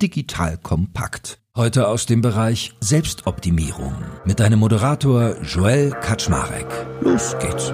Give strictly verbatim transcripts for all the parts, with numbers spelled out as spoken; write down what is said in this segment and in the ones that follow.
Digital Kompakt. Heute aus dem Bereich Selbstoptimierung mit deinem Moderator Joel Kaczmarek. Los geht's.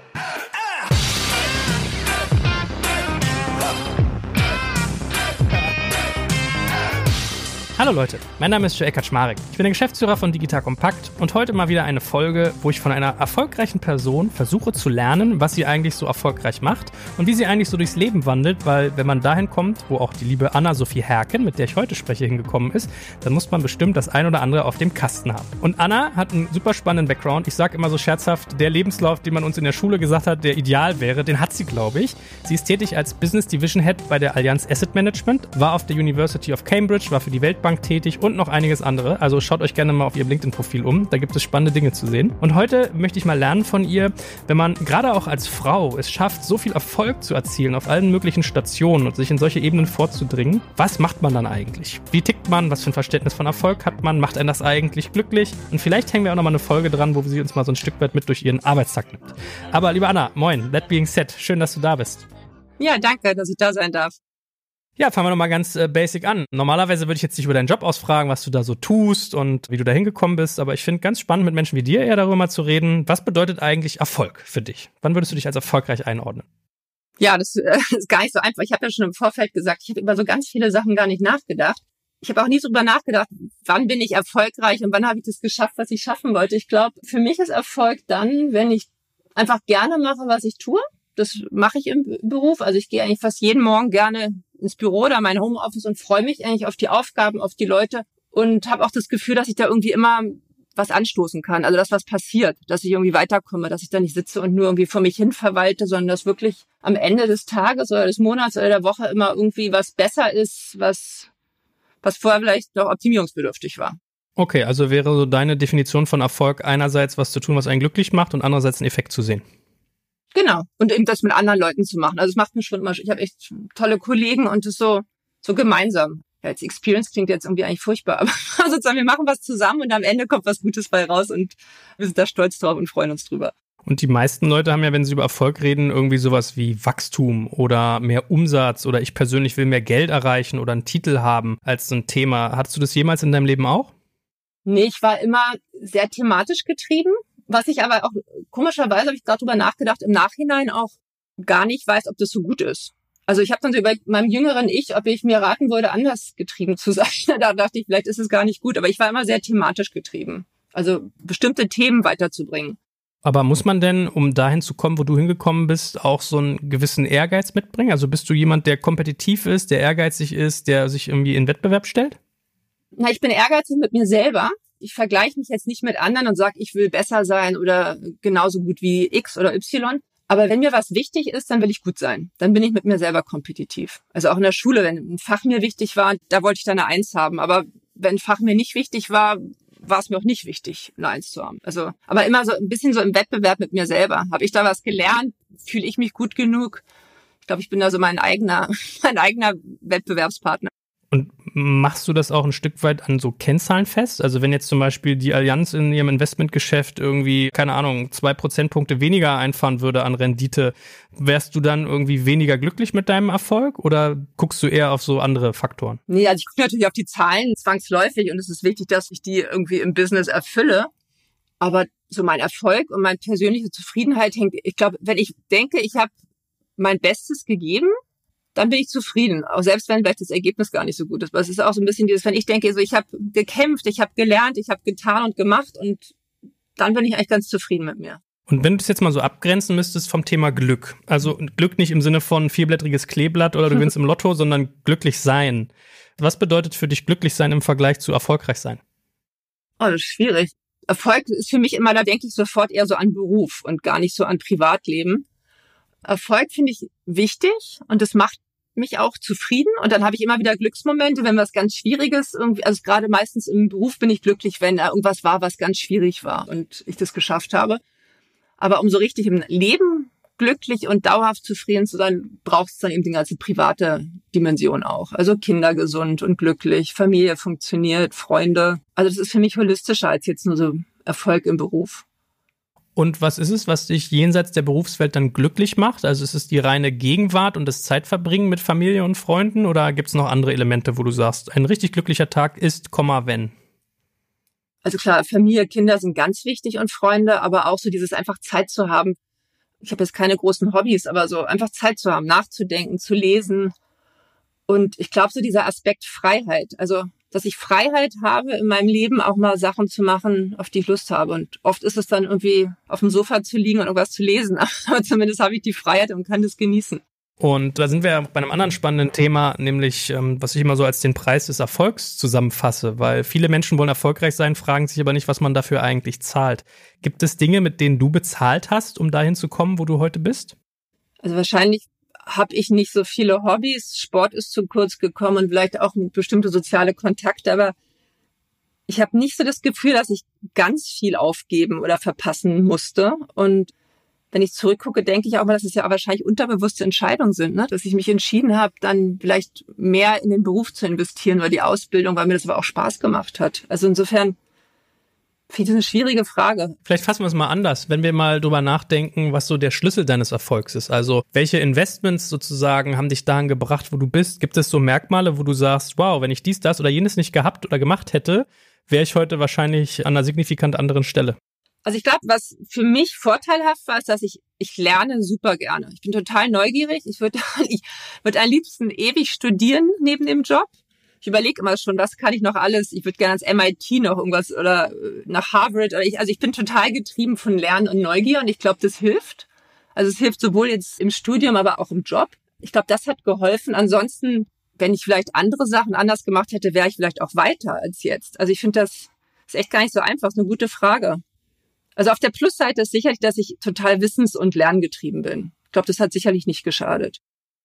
Hallo Leute, mein Name ist Joel Kaczmarek. Ich bin der Geschäftsführer von Digital Kompakt und heute mal wieder eine Folge, wo ich von einer erfolgreichen Person versuche zu lernen, was sie eigentlich so erfolgreich macht und wie sie eigentlich so durchs Leben wandelt, weil wenn man dahin kommt, wo auch die liebe Anna-Sophie Herken, mit der ich heute spreche, hingekommen ist, dann muss man bestimmt das ein oder andere auf dem Kasten haben. Und Anna hat einen super spannenden Background. Ich sage immer so scherzhaft, der Lebenslauf, den man uns in der Schule gesagt hat, der ideal wäre, den hat sie, glaube ich. Sie ist tätig als Business Division Head bei der Allianz Asset Management, war auf der University of Cambridge, war für die Weltbank tätig und noch einiges andere. Also schaut euch gerne mal auf ihrem LinkedIn-Profil um. Da gibt es spannende Dinge zu sehen. Und heute möchte ich mal lernen von ihr, wenn man gerade auch als Frau es schafft, so viel Erfolg zu erzielen auf allen möglichen Stationen und sich in solche Ebenen vorzudringen, was macht man dann eigentlich? Wie tickt man? Was für ein Verständnis von Erfolg hat man? Macht einen das eigentlich glücklich? Und vielleicht hängen wir auch noch mal eine Folge dran, wo sie uns mal so ein Stück weit mit durch ihren Arbeitstag nimmt. Aber liebe Anna, moin, that being said, schön, dass du da bist. Ja, danke, dass ich da sein darf. Ja, fangen wir nochmal ganz äh, basic an. Normalerweise würde ich jetzt nicht über deinen Job ausfragen, was du da so tust und wie du da hingekommen bist, aber ich finde ganz spannend, mit Menschen wie dir eher darüber mal zu reden. Was bedeutet eigentlich Erfolg für dich? Wann würdest du dich als erfolgreich einordnen? Ja, das äh, ist gar nicht so einfach. Ich habe ja schon im Vorfeld gesagt, ich habe über so ganz viele Sachen gar nicht nachgedacht. Ich habe auch nie drüber nachgedacht, wann bin ich erfolgreich und wann habe ich das geschafft, was ich schaffen wollte. Ich glaube, für mich ist Erfolg dann, wenn ich einfach gerne mache, was ich tue. Das mache ich im Beruf. Also ich gehe eigentlich fast jeden Morgen gerne ins Büro oder mein Homeoffice und freue mich eigentlich auf die Aufgaben, auf die Leute und habe auch das Gefühl, dass ich da irgendwie immer was anstoßen kann. Also dass was passiert, dass ich irgendwie weiterkomme, dass ich da nicht sitze und nur irgendwie vor mich hin verwalte, sondern dass wirklich am Ende des Tages oder des Monats oder der Woche immer irgendwie was besser ist, was, was vorher vielleicht noch optimierungsbedürftig war. Okay, also wäre so deine Definition von Erfolg einerseits was zu tun, was einen glücklich macht und andererseits einen Effekt zu sehen. Genau. Und eben das mit anderen Leuten zu machen. Also es macht mir schon immer, ich habe echt tolle Kollegen und das so, so gemeinsam. Ja, als Experience klingt jetzt irgendwie eigentlich furchtbar, aber sozusagen wir machen was zusammen und am Ende kommt was Gutes bei raus und wir sind da stolz drauf und freuen uns drüber. Und die meisten Leute haben ja, wenn sie über Erfolg reden, irgendwie sowas wie Wachstum oder mehr Umsatz oder ich persönlich will mehr Geld erreichen oder einen Titel haben als so ein Thema. Hattest du das jemals in deinem Leben auch? Nee, ich war immer sehr thematisch getrieben. Was ich aber auch, komischerweise habe ich gerade drüber nachgedacht, im Nachhinein auch gar nicht weiß, ob das so gut ist. Also ich habe dann so über meinem jüngeren Ich, ob ich mir raten würde, anders getrieben zu sein. Da dachte ich, vielleicht ist es gar nicht gut. Aber ich war immer sehr thematisch getrieben. Also bestimmte Themen weiterzubringen. Aber muss man denn, um dahin zu kommen, wo du hingekommen bist, auch so einen gewissen Ehrgeiz mitbringen? Also bist du jemand, der kompetitiv ist, der ehrgeizig ist, der sich irgendwie in Wettbewerb stellt? Na, ich bin ehrgeizig mit mir selber. Ich vergleiche mich jetzt nicht mit anderen und sage, ich will besser sein oder genauso gut wie X oder Y. Aber wenn mir was wichtig ist, dann will ich gut sein. Dann bin ich mit mir selber kompetitiv. Also auch in der Schule, wenn ein Fach mir wichtig war, da wollte ich dann eine Eins haben. Aber wenn ein Fach mir nicht wichtig war, war es mir auch nicht wichtig, eine Eins zu haben. Also, aber immer so ein bisschen so im Wettbewerb mit mir selber. Habe ich da was gelernt? Fühle ich mich gut genug? Ich glaube, ich bin da so mein eigener, mein eigener Wettbewerbspartner. Und machst du das auch ein Stück weit an so Kennzahlen fest? Also wenn jetzt zum Beispiel die Allianz in ihrem Investmentgeschäft irgendwie, keine Ahnung, zwei Prozentpunkte weniger einfahren würde an Rendite, wärst du dann irgendwie weniger glücklich mit deinem Erfolg oder guckst du eher auf so andere Faktoren? Nee, also ich gucke natürlich auf die Zahlen zwangsläufig und es ist wichtig, dass ich die irgendwie im Business erfülle. Aber so mein Erfolg und meine persönliche Zufriedenheit hängt, ich glaube, wenn ich denke, ich habe mein Bestes gegeben, dann bin ich zufrieden, auch selbst wenn vielleicht das Ergebnis gar nicht so gut ist. Aber es ist auch so ein bisschen dieses, wenn ich denke, so ich habe gekämpft, ich habe gelernt, ich habe getan und gemacht und dann bin ich eigentlich ganz zufrieden mit mir. Und wenn du das jetzt mal so abgrenzen müsstest vom Thema Glück, also Glück nicht im Sinne von vierblättriges Kleeblatt oder du gewinnst im Lotto, sondern glücklich sein. Was bedeutet für dich glücklich sein im Vergleich zu erfolgreich sein? Oh, das ist schwierig. Erfolg ist für mich immer, da denke ich sofort eher so an Beruf und gar nicht so an Privatleben. Erfolg finde ich wichtig und das macht mich auch zufrieden und dann habe ich immer wieder Glücksmomente, wenn was ganz Schwieriges irgendwie, also gerade meistens im Beruf bin ich glücklich, wenn da irgendwas war, was ganz schwierig war und ich das geschafft habe. Aber um so richtig im Leben glücklich und dauerhaft zufrieden zu sein, braucht es dann eben die ganze private Dimension auch. Also Kinder gesund und glücklich, Familie funktioniert, Freunde. Also das ist für mich holistischer als jetzt nur so Erfolg im Beruf. Und was ist es, was dich jenseits der Berufswelt dann glücklich macht? Also ist es die reine Gegenwart und das Zeitverbringen mit Familie und Freunden oder gibt es noch andere Elemente, wo du sagst, ein richtig glücklicher Tag ist, Komma, wenn? Also klar, Familie, Kinder sind ganz wichtig und Freunde, aber auch so dieses einfach Zeit zu haben. Ich habe jetzt keine großen Hobbys, aber so einfach Zeit zu haben, nachzudenken, zu lesen. Und ich glaube so dieser Aspekt Freiheit, also dass ich Freiheit habe, in meinem Leben auch mal Sachen zu machen, auf die ich Lust habe. Und oft ist es dann irgendwie auf dem Sofa zu liegen und irgendwas zu lesen. Aber zumindest habe ich die Freiheit und kann das genießen. Und da sind wir ja bei einem anderen spannenden Thema, nämlich ähm, was ich immer so als den Preis des Erfolgs zusammenfasse. Weil viele Menschen wollen erfolgreich sein, fragen sich aber nicht, was man dafür eigentlich zahlt. Gibt es Dinge, mit denen du bezahlt hast, um dahin zu kommen, wo du heute bist? Also wahrscheinlich habe ich nicht so viele Hobbys. Sport ist zu kurz gekommen und vielleicht auch bestimmte soziale Kontakte. Aber ich habe nicht so das Gefühl, dass ich ganz viel aufgeben oder verpassen musste. Und wenn ich zurückgucke, denke ich auch mal, dass es ja wahrscheinlich unterbewusste Entscheidungen sind, ne? Dass ich mich entschieden habe, dann vielleicht mehr in den Beruf zu investieren oder die Ausbildung, weil mir das aber auch Spaß gemacht hat. Also insofern finde ich das eine schwierige Frage. Vielleicht fassen wir es mal anders, wenn wir mal drüber nachdenken, was so der Schlüssel deines Erfolgs ist. Also welche Investments sozusagen haben dich dahin gebracht, wo du bist? Gibt es so Merkmale, wo du sagst, wow, wenn ich dies, das oder jenes nicht gehabt oder gemacht hätte, wäre ich heute wahrscheinlich an einer signifikant anderen Stelle? Also ich glaube, was für mich vorteilhaft war, ist, dass ich ich lerne super gerne. Ich bin total neugierig. Ich würde ich würde am liebsten ewig studieren neben dem Job. Ich überlege immer schon, was kann ich noch alles? Ich würde gerne ans M I T noch irgendwas oder nach Harvard. Oder ich, also ich bin total getrieben von Lernen und Neugier und ich glaube, das hilft. Also es hilft sowohl jetzt im Studium, aber auch im Job. Ich glaube, das hat geholfen. Ansonsten, wenn ich vielleicht andere Sachen anders gemacht hätte, wäre ich vielleicht auch weiter als jetzt. Also ich finde, das ist echt gar nicht so einfach. Das ist eine gute Frage. Also auf der Plusseite ist sicherlich, dass ich total wissens- und lerngetrieben bin. Ich glaube, das hat sicherlich nicht geschadet.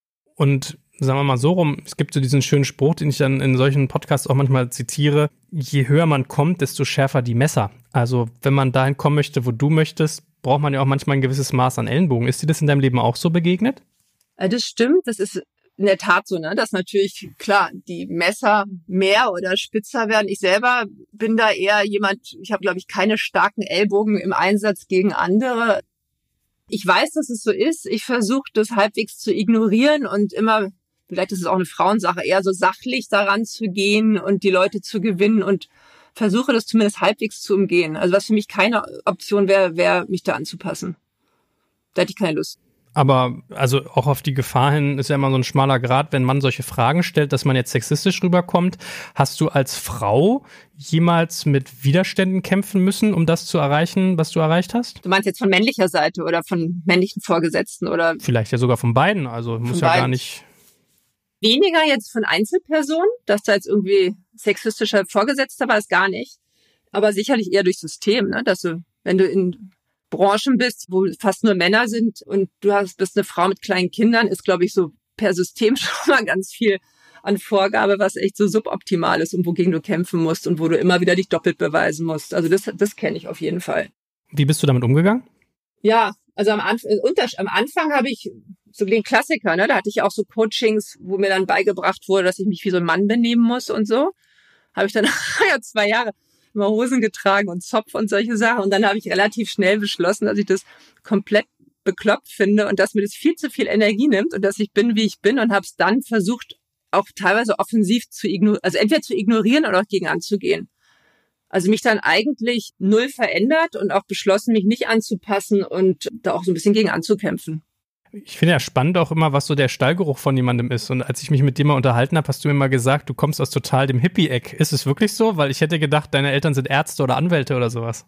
Und sagen wir mal so rum, es gibt so diesen schönen Spruch, den ich dann in solchen Podcasts auch manchmal zitiere, je höher man kommt, desto schärfer die Messer. Also wenn man dahin kommen möchte, wo du möchtest, braucht man ja auch manchmal ein gewisses Maß an Ellenbogen. Ist dir das in deinem Leben auch so begegnet? Das stimmt, das ist in der Tat so, ne, dass natürlich, klar, die Messer mehr oder spitzer werden. Ich selber bin da eher jemand, ich habe, glaube ich, keine starken Ellbogen im Einsatz gegen andere. Ich weiß, dass es so ist. Ich versuche, das halbwegs zu ignorieren und immer, vielleicht ist es auch eine Frauensache, eher so sachlich daran zu gehen und die Leute zu gewinnen und versuche das zumindest halbwegs zu umgehen. Also was für mich keine Option wäre, wäre mich da anzupassen. Da hätte ich keine Lust. Aber also auch auf die Gefahr hin ist ja immer so ein schmaler Grat, wenn man solche Fragen stellt, dass man jetzt sexistisch rüberkommt. Hast du als Frau jemals mit Widerständen kämpfen müssen, um das zu erreichen, was du erreicht hast? Du meinst jetzt von männlicher Seite oder von männlichen Vorgesetzten oder? Vielleicht ja sogar von beiden, also muss ja gar nicht. Weniger jetzt von Einzelpersonen, dass da jetzt irgendwie sexistischer Vorgesetzter war, ist gar nicht. Aber sicherlich eher durch System, ne? Dass du, wenn du in Branchen bist, wo fast nur Männer sind und du hast, bist eine Frau mit kleinen Kindern, ist, glaube ich, so per System schon mal ganz viel an Vorgabe, was echt so suboptimal ist und wogegen du kämpfen musst und wo du immer wieder dich doppelt beweisen musst. Also das, das kenne ich auf jeden Fall. Wie bist du damit umgegangen? Ja, also am, Anf- unter- am Anfang habe ich so den Klassiker, ne? Da hatte ich auch so Coachings, wo mir dann beigebracht wurde, dass ich mich wie so ein Mann benehmen muss und so. Habe ich dann ja zwei Jahre immer Hosen getragen und Zopf und solche Sachen. Und dann habe ich relativ schnell beschlossen, dass ich das komplett bekloppt finde und dass mir das viel zu viel Energie nimmt und dass ich bin, wie ich bin und habe es dann versucht, auch teilweise offensiv zu ignorieren, also entweder zu ignorieren oder auch gegen anzugehen. Also mich dann eigentlich null verändert und auch beschlossen, mich nicht anzupassen und da auch so ein bisschen gegen anzukämpfen. Ich finde ja spannend auch immer, was so der Stallgeruch von jemandem ist. Und als ich mich mit dir mal unterhalten habe, hast du mir mal gesagt, du kommst aus total dem Hippie-Eck. Ist es wirklich so? Weil ich hätte gedacht, deine Eltern sind Ärzte oder Anwälte oder sowas.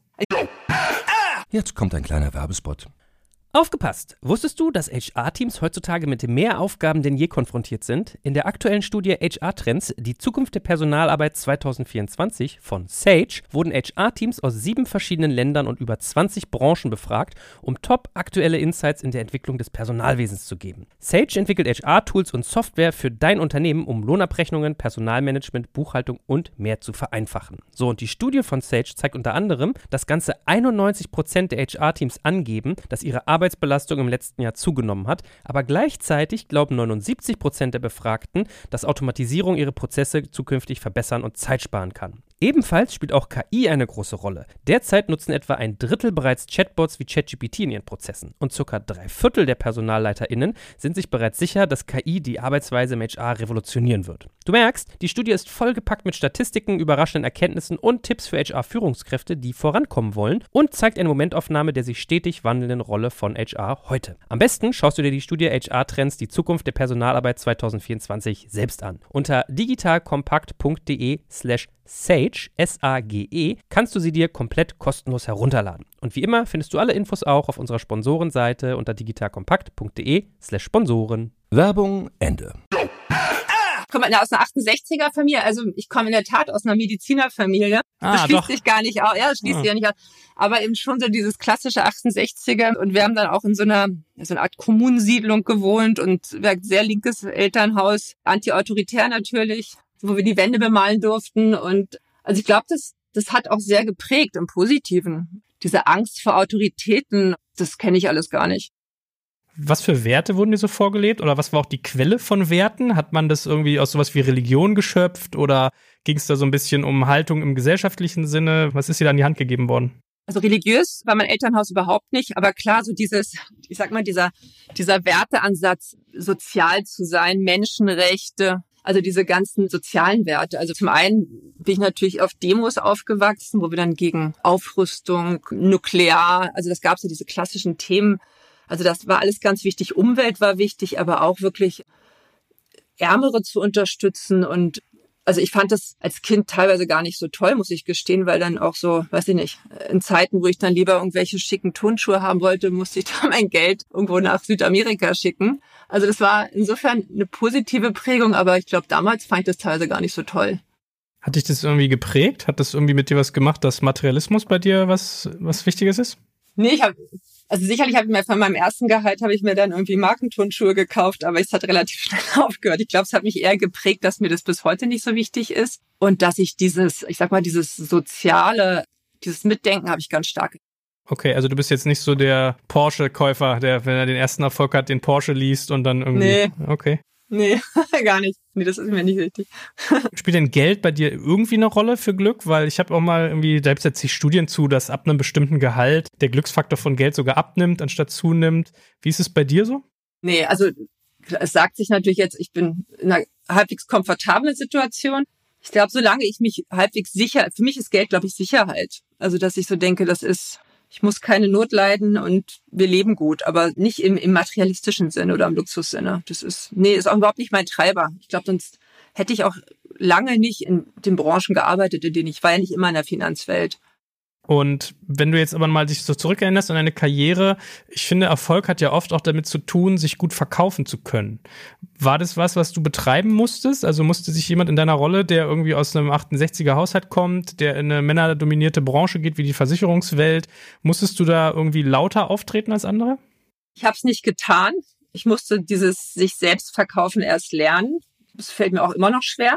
Jetzt kommt ein kleiner Werbespot. Aufgepasst! Wusstest du, dass H R-Teams heutzutage mit mehr Aufgaben denn je konfrontiert sind? In der aktuellen Studie H R-Trends, die Zukunft der Personalarbeit zwanzig vierundzwanzig von Sage, wurden H R-Teams aus sieben verschiedenen Ländern und über zwanzig Branchen befragt, um top aktuelle Insights in der Entwicklung des Personalwesens zu geben. Sage entwickelt H R-Tools und Software für dein Unternehmen, um Lohnabrechnungen, Personalmanagement, Buchhaltung und mehr zu vereinfachen. So, und die Studie von Sage zeigt unter anderem, dass ganze einundneunzig Prozent der H R-Teams angeben, dass ihre Arbeit Arbeitsbelastung im letzten Jahr zugenommen hat, aber gleichzeitig glauben neunundsiebzig Prozent der Befragten, dass Automatisierung ihre Prozesse zukünftig verbessern und Zeit sparen kann. Ebenfalls spielt auch K I eine große Rolle. Derzeit nutzen etwa ein Drittel bereits Chatbots wie ChatGPT in ihren Prozessen. Und circa drei Viertel der PersonalleiterInnen sind sich bereits sicher, dass K I die Arbeitsweise im H R revolutionieren wird. Du merkst, die Studie ist vollgepackt mit Statistiken, überraschenden Erkenntnissen und Tipps für H R-Führungskräfte, die vorankommen wollen, und zeigt eine Momentaufnahme der sich stetig wandelnden Rolle von H R heute. Am besten schaust du dir die Studie H R-Trends, die Zukunft der Personalarbeit zwanzig vierundzwanzig selbst an. Unter digitalkompakt.de slash Sage, S A G E, kannst du sie dir komplett kostenlos herunterladen. Und wie immer findest du alle Infos auch auf unserer Sponsorenseite unter digitalkompakt.de slash Sponsoren. Werbung Ende. Ich komme aus einer achtundsechziger-Familie, also ich komme in der Tat aus einer Medizinerfamilie. Ah, das schließt doch. sich gar nicht aus. Ja, das schließt Ah. sich ja nicht aus. Aber eben schon so dieses klassische achtundsechziger. Und wir haben dann auch in so einer, so einer Art Kommunensiedlung gewohnt und sehr linkes Elternhaus, anti-autoritär natürlich, wo wir die Wände bemalen durften. Und also ich glaube, das, das hat auch sehr geprägt im Positiven. Diese Angst vor Autoritäten, das kenne ich alles gar nicht. Was für Werte wurden dir so vorgelebt? Oder was war auch die Quelle von Werten? Hat man das irgendwie aus sowas wie Religion geschöpft? Oder ging es da so ein bisschen um Haltung im gesellschaftlichen Sinne? Was ist dir da an die Hand gegeben worden? Also religiös war mein Elternhaus überhaupt nicht, aber klar, so dieses, ich sag mal, dieser, dieser Werteansatz, sozial zu sein, Menschenrechte, also diese ganzen sozialen Werte. Also zum einen bin ich natürlich auf Demos aufgewachsen, wo wir dann gegen Aufrüstung, Nuklear, also das gab es ja diese klassischen Themen. Also das war alles ganz wichtig. Umwelt war wichtig, aber auch wirklich Ärmere zu unterstützen. Und also ich fand das als Kind teilweise gar nicht so toll, muss ich gestehen, weil dann auch so, weiß ich nicht, in Zeiten, wo ich dann lieber irgendwelche schicken Turnschuhe haben wollte, musste ich da mein Geld irgendwo nach Südamerika schicken. Also das war insofern eine positive Prägung, aber ich glaube, damals fand ich das teilweise gar nicht so toll. Hat dich das irgendwie geprägt? Hat das irgendwie mit dir was gemacht, dass Materialismus bei dir was, was Wichtiges ist? Nee, ich habe Also sicherlich habe ich mir von meinem ersten Gehalt habe ich mir dann irgendwie Markenturnschuhe gekauft, aber es hat relativ schnell aufgehört. Ich glaube, es hat mich eher geprägt, dass mir das bis heute nicht so wichtig ist und dass ich dieses, ich sag mal, dieses soziale, dieses Mitdenken habe ich ganz stark. Okay, also du bist jetzt nicht so der Porsche-Käufer, der, wenn er den ersten Erfolg hat, den Porsche liest und dann irgendwie... Nee. Okay. Nee, gar nicht. Nee, das ist mir nicht wichtig. Spielt denn Geld bei dir irgendwie eine Rolle für Glück? Weil ich habe auch mal irgendwie, da gibt es jetzt die Studien zu, dass ab einem bestimmten Gehalt der Glücksfaktor von Geld sogar abnimmt, anstatt zunimmt. Wie ist es bei dir so? Nee, also es sagt sich natürlich jetzt, ich bin in einer halbwegs komfortablen Situation. Ich glaube, solange ich mich halbwegs sicher, für mich ist Geld, glaube ich, Sicherheit. Also, dass ich so denke, das ist, ich muss keine Not leiden und wir leben gut, aber nicht im, im materialistischen Sinne oder im Luxussinne. Das ist, nee, ist auch überhaupt nicht mein Treiber. Ich glaube, sonst hätte ich auch lange nicht in den Branchen gearbeitet, in denen ich war ja nicht immer in der Finanzwelt. Und wenn du jetzt aber mal dich so zurückerinnerst an deine Karriere, ich finde, Erfolg hat ja oft auch damit zu tun, sich gut verkaufen zu können. War das was, was du betreiben musstest? Also musste sich jemand in deiner Rolle, der irgendwie aus einem achtundsechziger Haushalt kommt, der in eine männerdominierte Branche geht, wie die Versicherungswelt, musstest du da irgendwie lauter auftreten als andere? Ich habe es nicht getan. Ich musste dieses sich selbst verkaufen erst lernen. Das fällt mir auch immer noch schwer.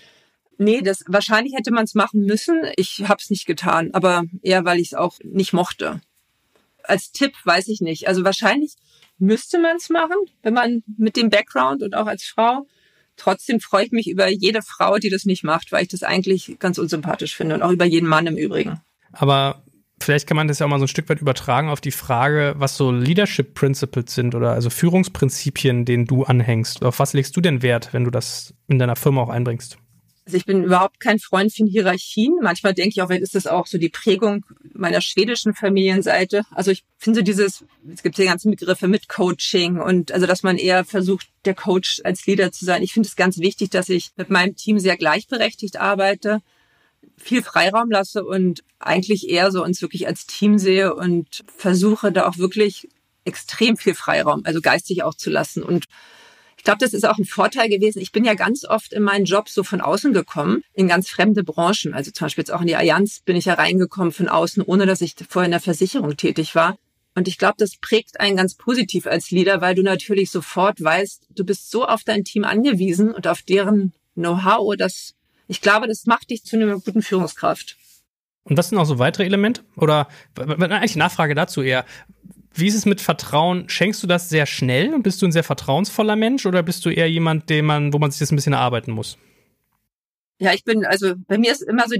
Nee, das wahrscheinlich hätte man es machen müssen. Ich habe es nicht getan, aber eher, weil ich es auch nicht mochte. Als Tipp weiß ich nicht. Also wahrscheinlich müsste man es machen, wenn man mit dem Background und auch als Frau. Trotzdem freue ich mich über jede Frau, die das nicht macht, weil ich das eigentlich ganz unsympathisch finde und auch über jeden Mann im Übrigen. Aber vielleicht kann man das ja auch mal so ein Stück weit übertragen auf die Frage, was so Leadership Principles sind oder also Führungsprinzipien, denen du anhängst. Auf was legst du denn Wert, wenn du das in deiner Firma auch einbringst? Also ich bin überhaupt kein Freund von Hierarchien. Manchmal denke ich auch, vielleicht ist das auch so die Prägung meiner schwedischen Familienseite. Also ich finde so dieses, es gibt ja ganzen Begriffe mit Coaching und also, dass man eher versucht, der Coach als Leader zu sein. Ich finde es ganz wichtig, dass ich mit meinem Team sehr gleichberechtigt arbeite, viel Freiraum lasse und eigentlich eher so uns wirklich als Team sehe und versuche da auch wirklich extrem viel Freiraum, also geistig auch zu lassen. Und ich glaube, das ist auch ein Vorteil gewesen. Ich bin ja ganz oft in meinen Job so von außen gekommen, in ganz fremde Branchen. Also zum Beispiel jetzt auch in die Allianz bin ich ja reingekommen von außen, ohne dass ich vorher in der Versicherung tätig war. Und ich glaube, das prägt einen ganz positiv als Leader, weil du natürlich sofort weißt, du bist so auf dein Team angewiesen und auf deren Know-how, dass ich glaube, das macht dich zu einer guten Führungskraft. Und was sind auch so weitere Elemente? Oder eigentlich Nachfrage dazu eher. Wie ist es mit Vertrauen? Schenkst du das sehr schnell und bist du ein sehr vertrauensvoller Mensch oder bist du eher jemand, dem man, wo man sich das ein bisschen erarbeiten muss? Ja, ich bin, also bei mir ist immer so die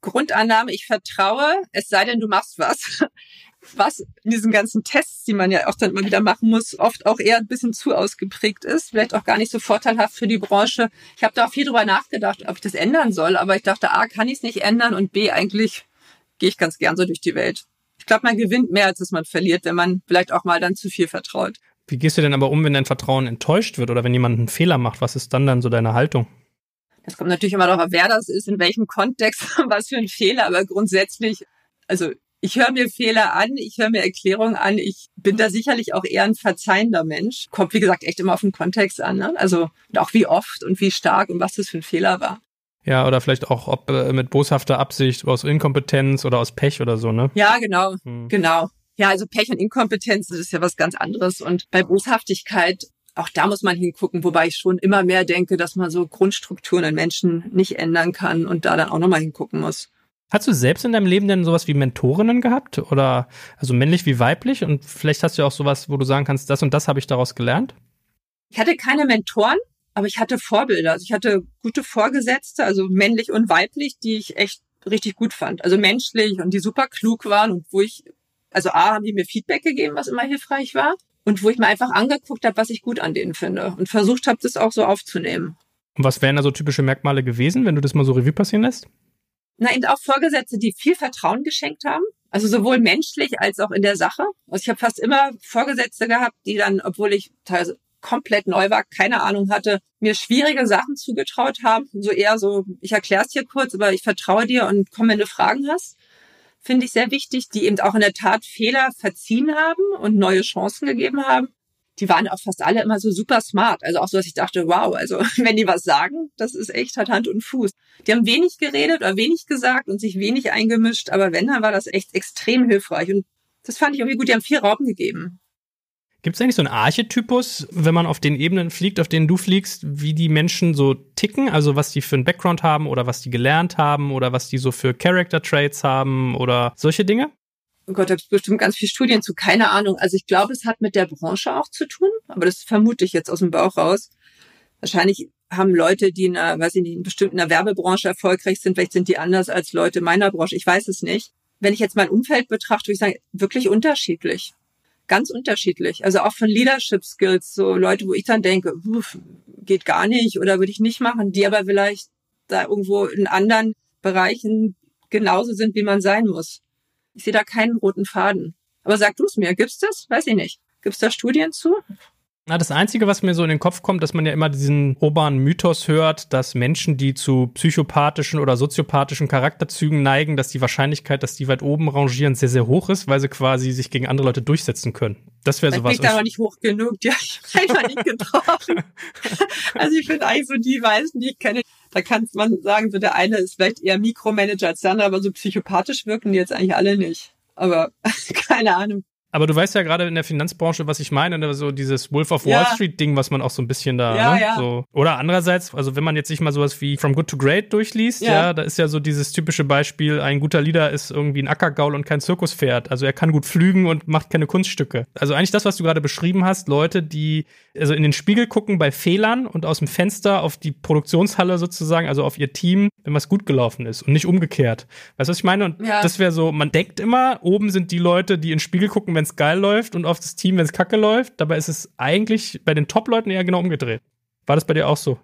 Grundannahme, ich vertraue, es sei denn, du machst was. Was in diesen ganzen Tests, die man ja auch dann immer wieder machen muss, oft auch eher ein bisschen zu ausgeprägt ist, vielleicht auch gar nicht so vorteilhaft für die Branche. Ich habe da auch viel drüber nachgedacht, ob ich das ändern soll, aber ich dachte, A, kann ich es nicht ändern und B, eigentlich gehe ich ganz gern so durch die Welt. Ich glaube, man gewinnt mehr, als dass man verliert, wenn man vielleicht auch mal dann zu viel vertraut. Wie gehst du denn aber um, wenn dein Vertrauen enttäuscht wird oder wenn jemand einen Fehler macht? Was ist dann dann so deine Haltung? Das kommt natürlich immer darauf, wer das ist, in welchem Kontext, was für ein Fehler, aber grundsätzlich, also ich höre mir Fehler an, ich höre mir Erklärungen an, ich bin da sicherlich auch eher ein verzeihender Mensch. Kommt, wie gesagt, echt immer auf den Kontext an, ne? Also und auch wie oft und wie stark und was das für ein Fehler war. Ja, oder vielleicht auch ob äh, mit boshafter Absicht, aus Inkompetenz oder aus Pech oder so, ne? Ja, genau, hm. genau. Ja, also Pech und Inkompetenz, das ist ja was ganz anderes. Und bei Boshaftigkeit, auch da muss man hingucken, wobei ich schon immer mehr denke, dass man so Grundstrukturen in Menschen nicht ändern kann und da dann auch nochmal hingucken muss. Hast du selbst in deinem Leben denn sowas wie Mentorinnen gehabt? Oder also männlich wie weiblich? Und vielleicht hast du ja auch sowas, wo du sagen kannst, das und das habe ich daraus gelernt? Ich hatte keine Mentoren, aber ich hatte Vorbilder. Also ich hatte gute Vorgesetzte, also männlich und weiblich, die ich echt richtig gut fand. Also menschlich und die super klug waren und wo ich, also A, haben die mir Feedback gegeben, was immer hilfreich war. Und wo ich mir einfach angeguckt habe, was ich gut an denen finde. Und versucht habe, das auch so aufzunehmen. Und was wären da so typische Merkmale gewesen, wenn du das mal so Revue passieren lässt? Na, eben auch Vorgesetzte, die viel Vertrauen geschenkt haben. Also sowohl menschlich als auch in der Sache. Also ich habe fast immer Vorgesetzte gehabt, die dann, obwohl ich teilweise komplett neu war, keine Ahnung hatte, mir schwierige Sachen zugetraut haben. So eher so, ich erkläre es dir kurz, aber ich vertraue dir und komm, wenn du Fragen hast. Finde ich sehr wichtig, die eben auch in der Tat Fehler verziehen haben und neue Chancen gegeben haben. Die waren auch fast alle immer so super smart. Also auch so, dass ich dachte, wow, also wenn die was sagen, das ist echt, hat Hand und Fuß. Die haben wenig geredet oder wenig gesagt und sich wenig eingemischt, aber wenn, dann war das echt extrem hilfreich. Und das fand ich irgendwie gut, die haben viel Raum gegeben. Gibt es eigentlich so einen Archetypus, wenn man auf den Ebenen fliegt, auf denen du fliegst, wie die Menschen so ticken? Also was die für einen Background haben oder was die gelernt haben oder was die so für Character Traits haben oder solche Dinge? Oh Gott, da gibt es bestimmt ganz viele Studien zu, keine Ahnung. Also ich glaube, es hat mit der Branche auch zu tun, aber das vermute ich jetzt aus dem Bauch raus. Wahrscheinlich haben Leute, die in einer, weiß ich nicht, in bestimmt einer Werbebranche erfolgreich sind, vielleicht sind die anders als Leute meiner Branche, ich weiß es nicht. Wenn ich jetzt mein Umfeld betrachte, würde ich sagen, wirklich unterschiedlich. Ganz unterschiedlich. Also auch von Leadership Skills, so Leute, wo ich dann denke, uff, geht gar nicht oder würde ich nicht machen, die aber vielleicht da irgendwo in anderen Bereichen genauso sind, wie man sein muss. Ich sehe da keinen roten Faden. Aber sag du es mir, gibt's das? Weiß ich nicht. Gibt's da Studien zu? Na, das Einzige, was mir so in den Kopf kommt, dass man ja immer diesen urbanen Mythos hört, dass Menschen, die zu psychopathischen oder soziopathischen Charakterzügen neigen, dass die Wahrscheinlichkeit, dass die weit oben rangieren, sehr, sehr hoch ist, weil sie quasi sich gegen andere Leute durchsetzen können. Das wäre sowas. Ich bin da noch nicht hoch genug. Ja, ich habe einfach nicht getroffen. Also ich finde eigentlich so die meisten, die ich kenne, da kann man sagen, so der eine ist vielleicht eher Mikromanager als der andere, aber so psychopathisch wirken die jetzt eigentlich alle nicht. Aber keine Ahnung. Aber du weißt ja gerade in der Finanzbranche, was ich meine, ne? So dieses Wolf of Wall Ja. Street Ding, was man auch so ein bisschen da, Ja, ne? ja. So. Oder andererseits, also wenn man jetzt sich mal sowas wie From Good to Great durchliest, ja. Ja. da ist ja so dieses typische Beispiel, ein guter Leader ist irgendwie ein Ackergaul und kein Zirkuspferd. Also er kann gut flügen und macht keine Kunststücke. Also eigentlich das, was du gerade beschrieben hast, Leute, die also in den Spiegel gucken bei Fehlern und aus dem Fenster auf die Produktionshalle sozusagen, also auf ihr Team, wenn was gut gelaufen ist und nicht umgekehrt. Weißt du, was ich meine? Und Ja. das wäre so, man denkt immer, oben sind die Leute, die in den Spiegel gucken, wenn es geil läuft und auf das Team, wenn es kacke läuft. Dabei ist es eigentlich bei den Top-Leuten eher genau umgedreht. War das bei dir auch so?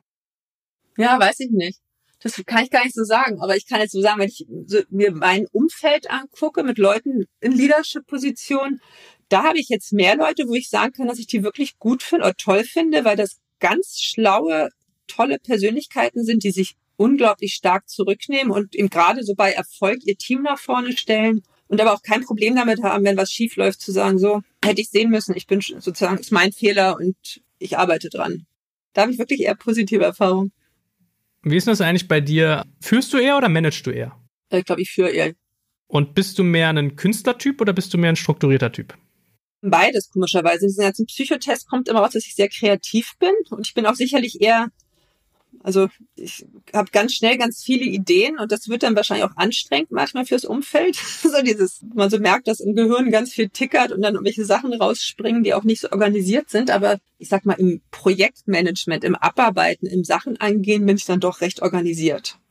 Ja, weiß ich nicht. Das kann ich gar nicht so sagen. Aber ich kann jetzt so sagen, wenn ich so mir mein Umfeld angucke mit Leuten in Leadership-Positionen, da habe ich jetzt mehr Leute, wo ich sagen kann, dass ich die wirklich gut finde oder toll finde, weil das ganz schlaue, tolle Persönlichkeiten sind, die sich unglaublich stark zurücknehmen und eben gerade so bei Erfolg ihr Team nach vorne stellen und aber auch kein Problem damit haben, wenn was schief läuft, zu sagen, so, hätte ich sehen müssen, ich bin sozusagen, ist mein Fehler und ich arbeite dran. Da habe ich wirklich eher positive Erfahrungen. Wie ist das eigentlich bei dir? Führst du eher oder managst du eher? Ich glaube, ich führe eher Und bist du mehr ein Künstlertyp oder bist du mehr ein strukturierter Typ? beides, komischerweise. In diesem ganzen Psychotest kommt immer raus, dass ich sehr kreativ bin und ich bin auch sicherlich eher, also ich habe ganz schnell ganz viele Ideen und das wird dann wahrscheinlich auch anstrengend manchmal fürs Umfeld. So dieses, man so merkt, dass im Gehirn ganz viel tickert und dann irgendwelche Sachen rausspringen, die auch nicht so organisiert sind. Aber ich sag mal, im Projektmanagement, im Abarbeiten, im Sachen angehen, bin ich dann doch recht organisiert.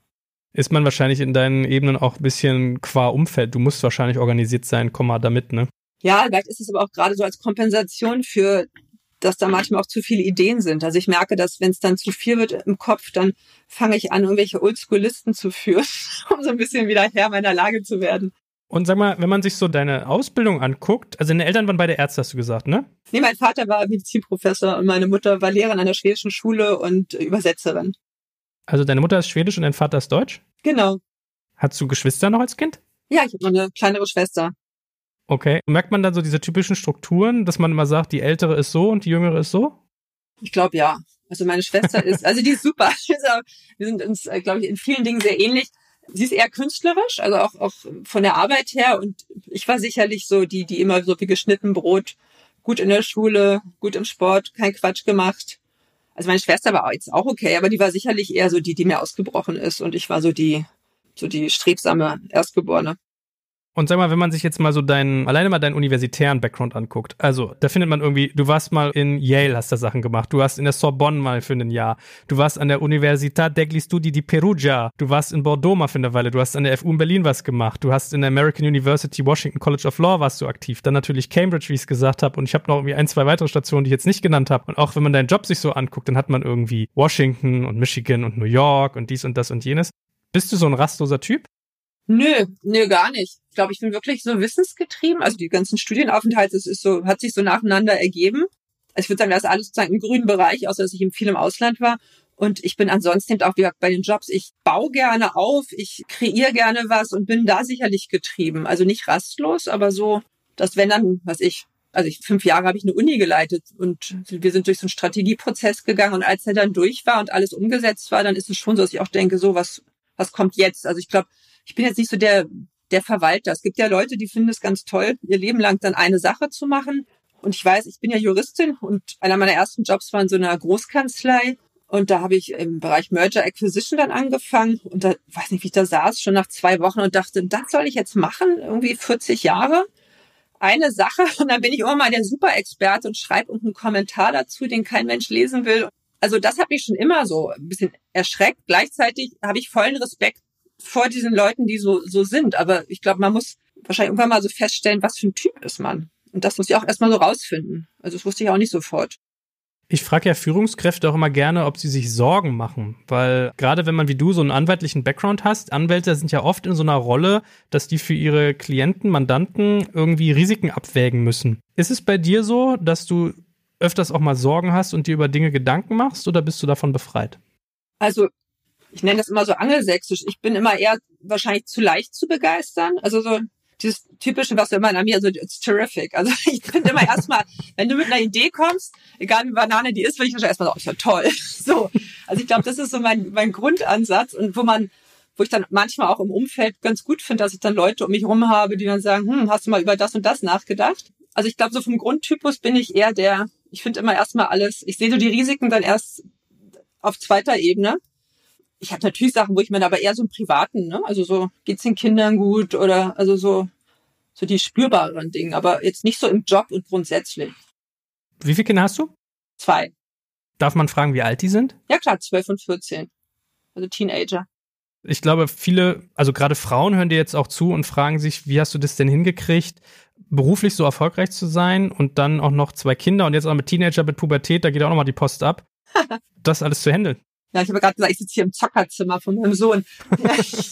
Ist man wahrscheinlich in deinen Ebenen auch ein bisschen qua Umfeld. Du musst wahrscheinlich organisiert sein, komm mal damit, ne? Ja, vielleicht ist es aber auch gerade so als Kompensation für, dass da manchmal auch zu viele Ideen sind. Also ich merke, dass wenn es dann zu viel wird im Kopf, dann fange ich an, irgendwelche Oldschool-Listen zu führen, um so ein bisschen wieder Herr meiner Lage zu werden. Und sag mal, wenn man sich so deine Ausbildung anguckt, also deine Eltern waren beide Ärzte, hast du gesagt, ne? Nee, mein Vater war Medizinprofessor und meine Mutter war Lehrerin an der schwedischen Schule und Übersetzerin. Also deine Mutter ist schwedisch und dein Vater ist deutsch? Genau. Hattest du Geschwister noch als Kind? Ja, ich habe noch eine kleinere Schwester. Okay. Merkt man dann so diese typischen Strukturen, dass man immer sagt, die ältere ist so und die jüngere ist so? Ich glaube, ja. Also meine Schwester ist, also die ist super. Wir sind uns, glaube ich, in vielen Dingen sehr ähnlich. Sie ist eher künstlerisch, also auch, auch von der Arbeit her. Und ich war sicherlich so die, die immer so wie geschnitten Brot, gut in der Schule, gut im Sport, kein Quatsch gemacht. Also meine Schwester war jetzt auch okay, aber die war sicherlich eher so die, die mehr ausgebrochen ist. Und ich war so die, so die strebsame Erstgeborene. Und sag mal, wenn man sich jetzt mal so deinen, alleine mal deinen universitären Background anguckt, also da findet man irgendwie, du warst mal in Yale, hast da Sachen gemacht, du warst in der Sorbonne mal für ein Jahr, du warst an der Università degli Studi di Perugia, du warst in Bordeaux mal für eine Weile, du hast an der F U in Berlin was gemacht, du hast in der American University Washington College of Law warst du aktiv, dann natürlich Cambridge, wie ich es gesagt habe, und ich habe noch irgendwie ein, zwei weitere Stationen, die ich jetzt nicht genannt habe. Und auch wenn man deinen Job sich so anguckt, dann hat man irgendwie Washington und Michigan und New York und dies und das und jenes. Bist du so ein rastloser Typ? Nö, nö, gar nicht. Ich glaube, ich bin wirklich so wissensgetrieben. Also die ganzen Studienaufenthalte, es ist so, hat sich so nacheinander ergeben. Also ich würde sagen, das ist alles sozusagen im grünen Bereich, außer dass ich eben viel im Ausland war. Und ich bin ansonsten eben auch, wie gesagt, bei den Jobs, ich baue gerne auf, ich kreiere gerne was und bin da sicherlich getrieben. Also nicht rastlos, aber so, dass wenn dann, was ich, also ich, fünf Jahre habe ich eine Uni geleitet und wir sind durch so einen Strategieprozess gegangen und als er dann durch war und alles umgesetzt war, dann ist es schon so, dass ich auch denke, so, was, was kommt jetzt? Also ich glaube, ich bin jetzt nicht so der, der Verwalter. Es gibt ja Leute, die finden es ganz toll, ihr Leben lang dann eine Sache zu machen. Und ich weiß, ich bin ja Juristin und einer meiner ersten Jobs war in so einer Großkanzlei. Und da habe ich im Bereich Merger Acquisition dann angefangen. Und da, weiß nicht, wie ich da saß, schon nach zwei Wochen und dachte, das soll ich jetzt machen? Irgendwie vierzig Jahre. Eine Sache. Und dann bin ich immer mal der Superexperte und schreibe irgendeinen Kommentar dazu, den kein Mensch lesen will. Also das hat mich schon immer so ein bisschen erschreckt. Gleichzeitig habe ich vollen Respekt vor diesen Leuten, die so so sind. Aber ich glaube, man muss wahrscheinlich irgendwann mal so feststellen, was für ein Typ ist man. Und das muss ich auch erstmal so rausfinden. Also das wusste ich auch nicht sofort. Ich frage ja Führungskräfte auch immer gerne, ob sie sich Sorgen machen. Weil gerade wenn man wie du so einen anwaltlichen Background hast, Anwälte sind ja oft in so einer Rolle, dass die für ihre Klienten, Mandanten irgendwie Risiken abwägen müssen. Ist es bei dir so, dass du öfters auch mal Sorgen hast und dir über Dinge Gedanken machst oder bist du davon befreit? Also ich nenne das immer so angelsächsisch. Ich bin immer eher wahrscheinlich zu leicht zu begeistern. Also so dieses typische, was du immer in Amerika, also it's terrific. Also ich finde immer erstmal, wenn du mit einer Idee kommst, egal wie Banane die ist, würde ich wahrscheinlich erstmal sagen, oh, ist ja toll. So. Also ich glaube, das ist so mein, mein Grundansatz und wo man, wo ich dann manchmal auch im Umfeld ganz gut finde, dass ich dann Leute um mich rum habe, die dann sagen, hm, hast du mal über das und das nachgedacht? Also ich glaube, so vom Grundtypus bin ich eher der, ich finde immer erstmal alles, ich sehe so die Risiken dann erst auf zweiter Ebene. Ich habe natürlich Sachen, wo ich mir aber eher so im Privaten, ne, also so, geht's den Kindern gut oder, also so, so die spürbaren Dinge, aber jetzt nicht so im Job und grundsätzlich. Wie viele Kinder hast du? Zwei. Darf man fragen, wie alt die sind? Ja klar, zwölf und vierzehn. Also Teenager. Ich glaube, viele, also gerade Frauen hören dir jetzt auch zu und fragen sich, wie hast du das denn hingekriegt, beruflich so erfolgreich zu sein und dann auch noch zwei Kinder und jetzt auch mit Teenager, mit Pubertät, da geht auch nochmal die Post ab. Das alles zu handeln. Ja, ich habe gerade gesagt, ich sitze hier im Zockerzimmer von meinem Sohn. ich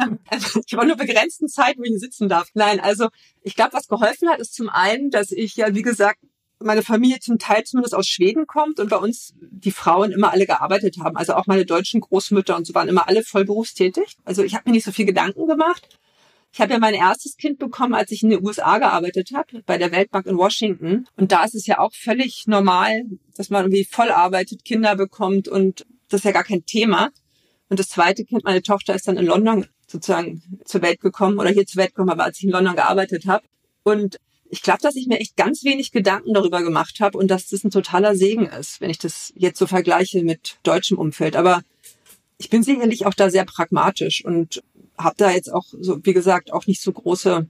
habe nur begrenzten Zeit, wo ich hier sitzen darf. Nein, also ich glaube, was geholfen hat, ist zum einen, dass ich ja, wie gesagt, meine Familie zum Teil zumindest aus Schweden kommt und bei uns die Frauen immer alle gearbeitet haben. Also auch meine deutschen Großmütter und so waren immer alle voll berufstätig. Also ich habe mir nicht so viel Gedanken gemacht. Ich habe ja mein erstes Kind bekommen, als ich in den U S A gearbeitet habe, bei der Weltbank in Washington. Und da ist es ja auch völlig normal, dass man irgendwie voll arbeitet, Kinder bekommt und das ist ja gar kein Thema. Und das zweite Kind, meine Tochter, ist dann in London sozusagen zur Welt gekommen oder hier zur Welt gekommen, aber als ich in London gearbeitet habe. Und ich glaube, dass ich mir echt ganz wenig Gedanken darüber gemacht habe und dass das ein totaler Segen ist, wenn ich das jetzt so vergleiche mit deutschem Umfeld. Aber ich bin sicherlich auch da sehr pragmatisch und habe da jetzt auch, so wie gesagt, auch nicht so große,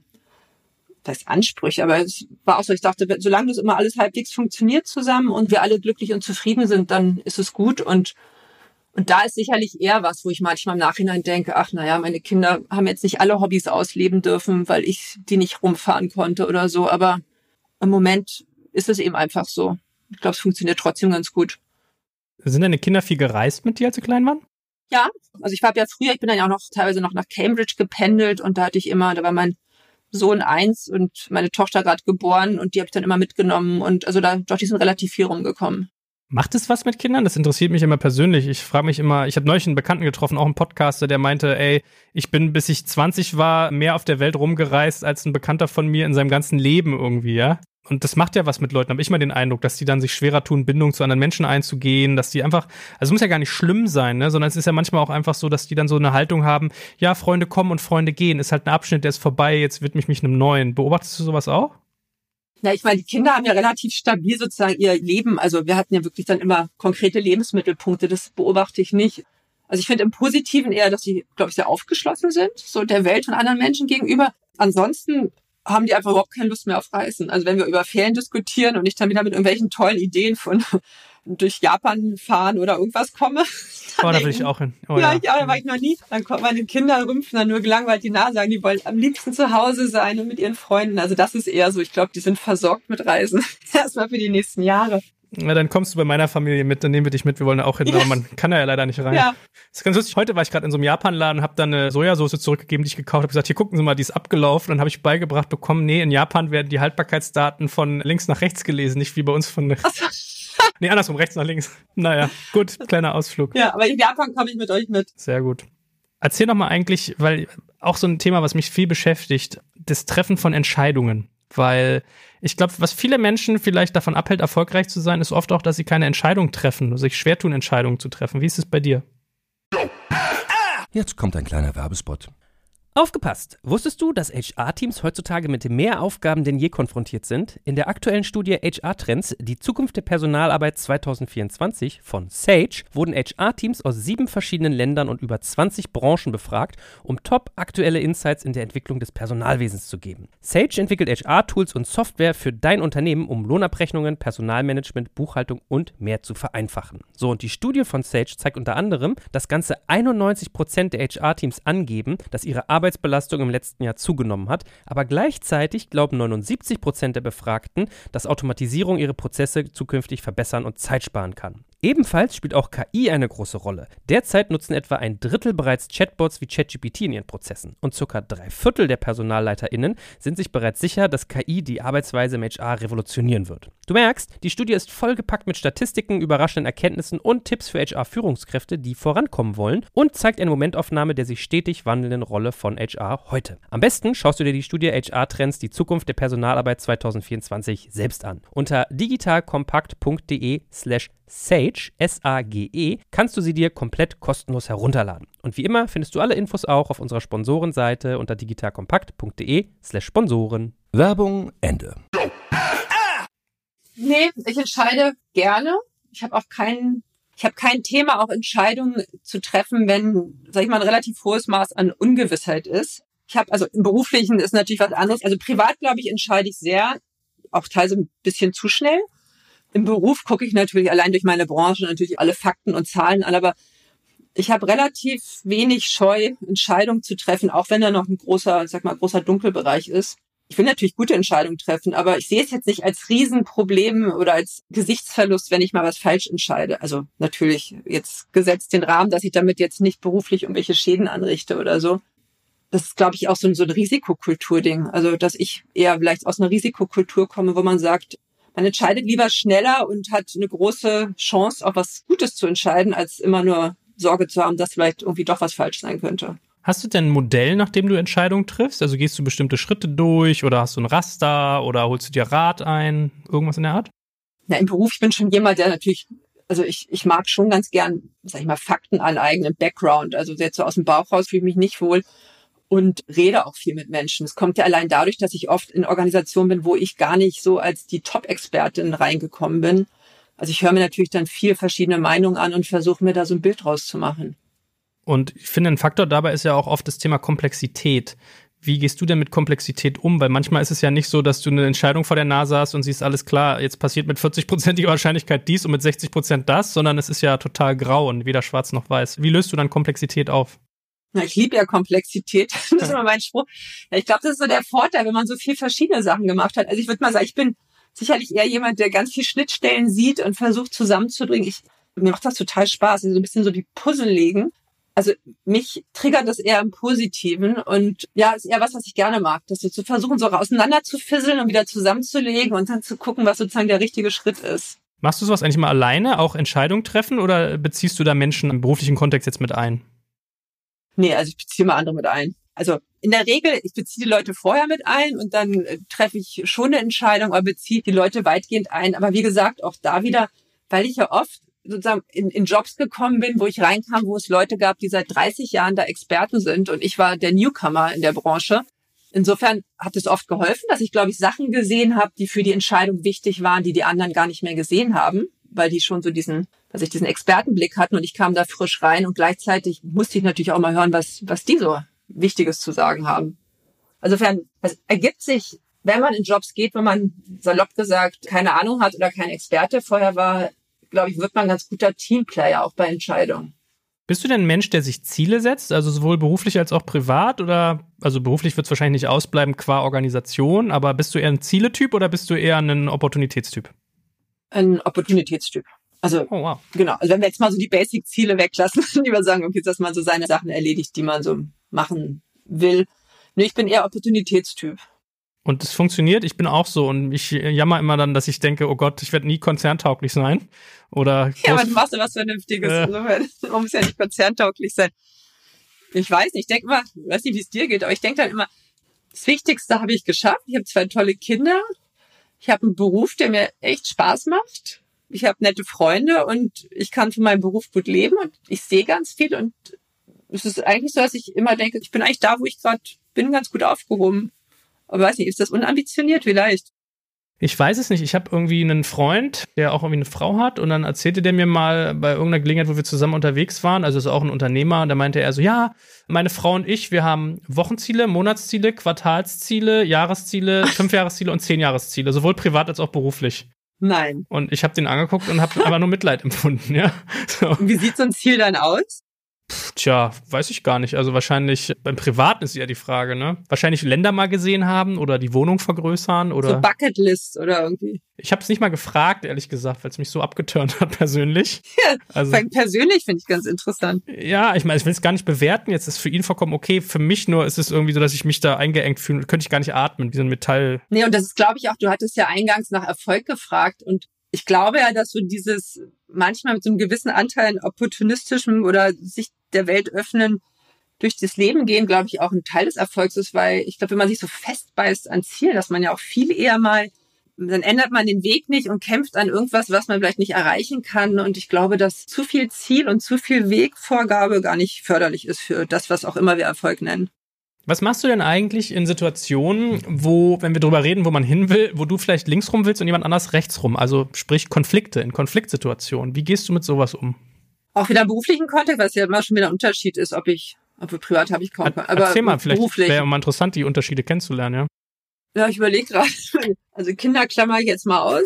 das heißt Ansprüche, aber es war auch so, ich dachte, solange das immer alles halbwegs funktioniert zusammen und wir alle glücklich und zufrieden sind, dann ist es gut und Und da ist sicherlich eher was, wo ich manchmal im Nachhinein denke, ach naja, meine Kinder haben jetzt nicht alle Hobbys ausleben dürfen, weil ich die nicht rumfahren konnte oder so. Aber im Moment ist es eben einfach so. Ich glaube, es funktioniert trotzdem ganz gut. Sind deine Kinder viel gereist mit dir, als sie klein waren? Ja, also ich war ja früher, ich bin dann ja auch noch teilweise noch nach Cambridge gependelt und da hatte ich immer, da war mein Sohn eins und meine Tochter gerade geboren und die habe ich dann immer mitgenommen und also da, doch, die sind relativ viel rumgekommen. Macht es was mit Kindern? Das interessiert mich immer persönlich. Ich frage mich immer, ich habe neulich einen Bekannten getroffen, auch einen Podcaster, der meinte, ey, ich bin, bis ich zwanzig war, mehr auf der Welt rumgereist als ein Bekannter von mir in seinem ganzen Leben irgendwie, ja? Und das macht ja was mit Leuten, habe ich mal den Eindruck, dass die dann sich schwerer tun, Bindung zu anderen Menschen einzugehen, dass die einfach, also es muss ja gar nicht schlimm sein, ne, sondern es ist ja manchmal auch einfach so, dass die dann so eine Haltung haben, ja, Freunde kommen und Freunde gehen, ist halt ein Abschnitt, der ist vorbei, jetzt widme ich mich einem neuen. Beobachtest du sowas auch? Ja, ich meine, die Kinder haben ja relativ stabil sozusagen ihr Leben, also wir hatten ja wirklich dann immer konkrete Lebensmittelpunkte, das beobachte ich nicht. Also ich finde im Positiven eher, dass sie, glaube ich, sehr aufgeschlossen sind, so der Welt und anderen Menschen gegenüber. Ansonsten haben die einfach überhaupt keine Lust mehr auf Reisen. Also wenn wir über Ferien diskutieren und ich dann wieder mit irgendwelchen tollen Ideen von durch Japan fahren oder irgendwas komme. Oh, da will ich auch hin. Oh, ja, ja, ja, da war ich noch nie. Dann kommen meine Kinder, rümpfen dann nur gelangweilt die Nase, sagen, die wollen am liebsten zu Hause sein und mit ihren Freunden. Also das ist eher so, ich glaube, die sind versorgt mit Reisen. Erstmal für die nächsten Jahre. Na, dann kommst du bei meiner Familie mit, dann nehmen wir dich mit, wir wollen da auch hin, Ja. aber man kann da ja leider nicht rein. Ja. Das ist ganz lustig, heute war ich gerade in so einem Japan-Laden und habe dann eine Sojasauce zurückgegeben, die ich gekauft habe, gesagt, hier gucken Sie mal, die ist abgelaufen. Dann habe ich beigebracht bekommen, nee, in Japan werden die Haltbarkeitsdaten von links nach rechts gelesen, nicht wie bei uns von Ach so. nee, andersrum, rechts nach links. Naja, gut, kleiner Ausflug. Ja, aber in Japan komme ich mit euch mit. Sehr gut. Erzähl doch mal eigentlich, weil auch so ein Thema, was mich viel beschäftigt, das Treffen von Entscheidungen. Weil ich glaube, was viele Menschen vielleicht davon abhält, erfolgreich zu sein, ist oft auch, dass sie keine Entscheidung treffen, sich schwer tun, Entscheidungen zu treffen. Wie ist es bei dir? Jetzt kommt ein kleiner Werbespot. Aufgepasst! Wusstest du, dass H R-Teams heutzutage mit mehr Aufgaben denn je konfrontiert sind? In der aktuellen Studie H R-Trends, die Zukunft der Personalarbeit zwanzig vierundzwanzig von Sage, wurden H R-Teams aus sieben verschiedenen Ländern und über zwanzig Branchen befragt, um top aktuelle Insights in der Entwicklung des Personalwesens zu geben. Sage entwickelt H R-Tools und Software für dein Unternehmen, um Lohnabrechnungen, Personalmanagement, Buchhaltung und mehr zu vereinfachen. So, und die Studie von Sage zeigt unter anderem, dass ganze einundneunzig Prozent der H R-Teams angeben, dass ihre Arbeitsbelastung im letzten Jahr zugenommen hat, aber gleichzeitig glauben neunundsiebzig Prozent der Befragten, dass Automatisierung ihre Prozesse zukünftig verbessern und Zeit sparen kann. Ebenfalls spielt auch K I eine große Rolle. Derzeit nutzen etwa ein Drittel bereits Chatbots wie ChatGPT in ihren Prozessen und circa drei Viertel der PersonalleiterInnen sind sich bereits sicher, dass K I die Arbeitsweise im H R revolutionieren wird. Du merkst, die Studie ist vollgepackt mit Statistiken, überraschenden Erkenntnissen und Tipps für H R-Führungskräfte, die vorankommen wollen und zeigt eine Momentaufnahme der sich stetig wandelnden Rolle von H R heute. Am besten schaust du dir die Studie H R-Trends, die Zukunft der Personalarbeit zwanzig vierundzwanzig selbst an. Unter digitalkompakt.de slash Sage, S A G E, kannst du sie dir komplett kostenlos herunterladen. Und wie immer findest du alle Infos auch auf unserer Sponsorenseite unter digitalkompakt.de slash Sponsoren. Werbung Ende. Nee, ich entscheide gerne. Ich habe auch kein, ich habe kein Thema, auch Entscheidungen zu treffen, wenn, sag ich mal, ein relativ hohes Maß an Ungewissheit ist. Ich habe, also im Beruflichen ist natürlich was anderes. Also privat, glaube ich, entscheide ich sehr, auch teilweise ein bisschen zu schnell. Im Beruf gucke ich natürlich allein durch meine Branche natürlich alle Fakten und Zahlen an, aber ich habe relativ wenig Scheu, Entscheidungen zu treffen, auch wenn da noch ein großer, sag mal, großer Dunkelbereich ist. Ich will natürlich gute Entscheidungen treffen, aber ich sehe es jetzt nicht als Riesenproblem oder als Gesichtsverlust, wenn ich mal was falsch entscheide. Also natürlich jetzt gesetzt den Rahmen, dass ich damit jetzt nicht beruflich irgendwelche Schäden anrichte oder so. Das ist, glaube ich, auch so ein, so ein Risikokulturding. Also, dass ich eher vielleicht aus einer Risikokultur komme, wo man sagt, man entscheidet lieber schneller und hat eine große Chance, auch was Gutes zu entscheiden, als immer nur Sorge zu haben, dass vielleicht irgendwie doch was falsch sein könnte. Hast du denn ein Modell, nach dem du Entscheidungen triffst? Also gehst du bestimmte Schritte durch oder hast du ein Raster oder holst du dir Rat ein? Irgendwas in der Art? Na, im Beruf, ich bin schon jemand, der natürlich, also ich, ich mag schon ganz gern, sag ich mal, Fakten aneignen, im Background. Also jetzt so aus dem Bauch raus fühle ich mich nicht wohl und rede auch viel mit Menschen. Es kommt ja allein dadurch, dass ich oft in Organisationen bin, wo ich gar nicht so als die Top-Expertin reingekommen bin. Also ich höre mir natürlich dann viel verschiedene Meinungen an und versuche mir da so ein Bild draus zu machen. Und ich finde, ein Faktor dabei ist ja auch oft das Thema Komplexität. Wie gehst du denn mit Komplexität um? Weil manchmal ist es ja nicht so, dass du eine Entscheidung vor der Nase hast und siehst, alles klar, jetzt passiert mit vierzig-prozentiger Wahrscheinlichkeit dies und mit sechzig Prozent das, sondern es ist ja total grau und weder schwarz noch weiß. Wie löst du dann Komplexität auf? Na, ich liebe ja Komplexität. Das ist immer mein Spruch. Ja, ich glaube, das ist so der Vorteil, wenn man so viel verschiedene Sachen gemacht hat. Also ich würde mal sagen, ich bin sicherlich eher jemand, der ganz viel Schnittstellen sieht und versucht zusammenzubringen. Ich, mir macht das total Spaß, also so ein bisschen so die Puzzle legen. Also mich triggert das eher im Positiven und ja, ist eher was, was ich gerne mag, das so zu versuchen, so auseinander zu fisseln und wieder zusammenzulegen und dann zu gucken, was sozusagen der richtige Schritt ist. Machst du sowas eigentlich mal alleine, auch Entscheidungen treffen oder beziehst du da Menschen im beruflichen Kontext jetzt mit ein? Nee, also ich beziehe mal andere mit ein. Also in der Regel, ich beziehe die Leute vorher mit ein und dann äh, treffe ich schon eine Entscheidung, aber beziehe die Leute weitgehend ein. Aber wie gesagt, auch da wieder, weil ich ja oft sozusagen in, in Jobs gekommen bin, wo ich reinkam, wo es Leute gab, die seit dreißig Jahren da Experten sind und ich war der Newcomer in der Branche. Insofern hat es oft geholfen, dass ich, glaube ich, Sachen gesehen habe, die für die Entscheidung wichtig waren, die die anderen gar nicht mehr gesehen haben, weil die schon so diesen, dass ich diesen Expertenblick hatten und ich kam da frisch rein und gleichzeitig musste ich natürlich auch mal hören, was, was die so Wichtiges zu sagen haben. Insofern, es ergibt sich, wenn man in Jobs geht, wenn man salopp gesagt keine Ahnung hat oder kein Experte vorher war, glaube ich, wird man ein ganz guter Teamplayer auch bei Entscheidungen. Bist du denn ein Mensch, der sich Ziele setzt, also sowohl beruflich als auch privat? Oder, also beruflich wird es wahrscheinlich nicht ausbleiben qua Organisation, aber bist du eher ein Zieletyp oder bist du eher ein Opportunitätstyp? Ein Opportunitätstyp. Also, oh, wow. Genau. Also wenn wir jetzt mal so die Basic-Ziele weglassen, die wir sagen, okay, dass man so seine Sachen erledigt, die man so machen will. Nee, ich bin eher Opportunitätstyp. Und es funktioniert, ich bin auch so und ich jammer immer dann, dass ich denke, oh Gott, ich werde nie konzerntauglich sein. Oder ja, aber du machst ja was Vernünftiges. Äh. Man muss ja nicht konzerntauglich sein. Ich weiß nicht, ich denke immer, ich weiß nicht, wie es dir geht, aber ich denke dann immer, das Wichtigste habe ich geschafft. Ich habe zwei tolle Kinder. Ich habe einen Beruf, der mir echt Spaß macht. Ich habe nette Freunde und ich kann von meinem Beruf gut leben und ich sehe ganz viel und es ist eigentlich so, dass ich immer denke, ich bin eigentlich da, wo ich gerade bin, ganz gut aufgehoben. Aber weiß nicht, ist das unambitioniert vielleicht? Ich weiß es nicht. Ich habe irgendwie einen Freund, der auch irgendwie eine Frau hat und dann erzählte der mir mal bei irgendeiner Gelegenheit, wo wir zusammen unterwegs waren, also ist auch ein Unternehmer, und da meinte er so, ja, meine Frau und ich, wir haben Wochenziele, Monatsziele, Quartalsziele, Jahresziele, Fünfjahresziele und Zehnjahresziele, sowohl privat als auch beruflich. Nein. Und ich habe den angeguckt und habe einfach nur Mitleid empfunden, ja. So. Wie sieht so ein Ziel dann aus? Tja, weiß ich gar nicht. Also wahrscheinlich, beim Privaten ist ja die Frage, ne? Wahrscheinlich Länder mal gesehen haben oder die Wohnung vergrößern oder... So Bucketlist oder irgendwie. Ich habe es nicht mal gefragt, ehrlich gesagt, weil es mich so abgeturnt hat persönlich. Ja, also, persönlich finde ich ganz interessant. Ja, ich meine, ich will es gar nicht bewerten. Jetzt ist für ihn vollkommen okay. Für mich nur ist es irgendwie so, dass ich mich da eingeengt fühle. Könnte ich gar nicht atmen, diesen Metall... Nee, und das ist, glaube ich, auch, du hattest ja eingangs nach Erfolg gefragt und ich glaube ja, dass so dieses manchmal mit so einem gewissen Anteil an opportunistischem oder sich der Welt öffnen, durch das Leben gehen, glaube ich, auch ein Teil des Erfolgs ist, weil ich glaube, wenn man sich so festbeißt an Ziel, dass man ja auch viel eher mal, dann ändert man den Weg nicht und kämpft an irgendwas, was man vielleicht nicht erreichen kann. Und ich glaube, dass zu viel Ziel und zu viel Wegvorgabe gar nicht förderlich ist für das, was auch immer wir Erfolg nennen. Was machst du denn eigentlich in Situationen, wo, wenn wir drüber reden, wo man hin will, wo du vielleicht links rum willst und jemand anders rechts rum? Also sprich Konflikte, in Konfliktsituationen. Wie gehst du mit sowas um? Auch wieder im beruflichen Kontext, weil es ja immer schon wieder ein Unterschied ist, ob ich, ob ich privat habe ich kaum. Aber Erzähl mal, vielleicht beruflich. wäre mal interessant, die Unterschiede kennenzulernen, ja? Ja, ich überlege gerade. Also Kinder klammer ich jetzt mal aus.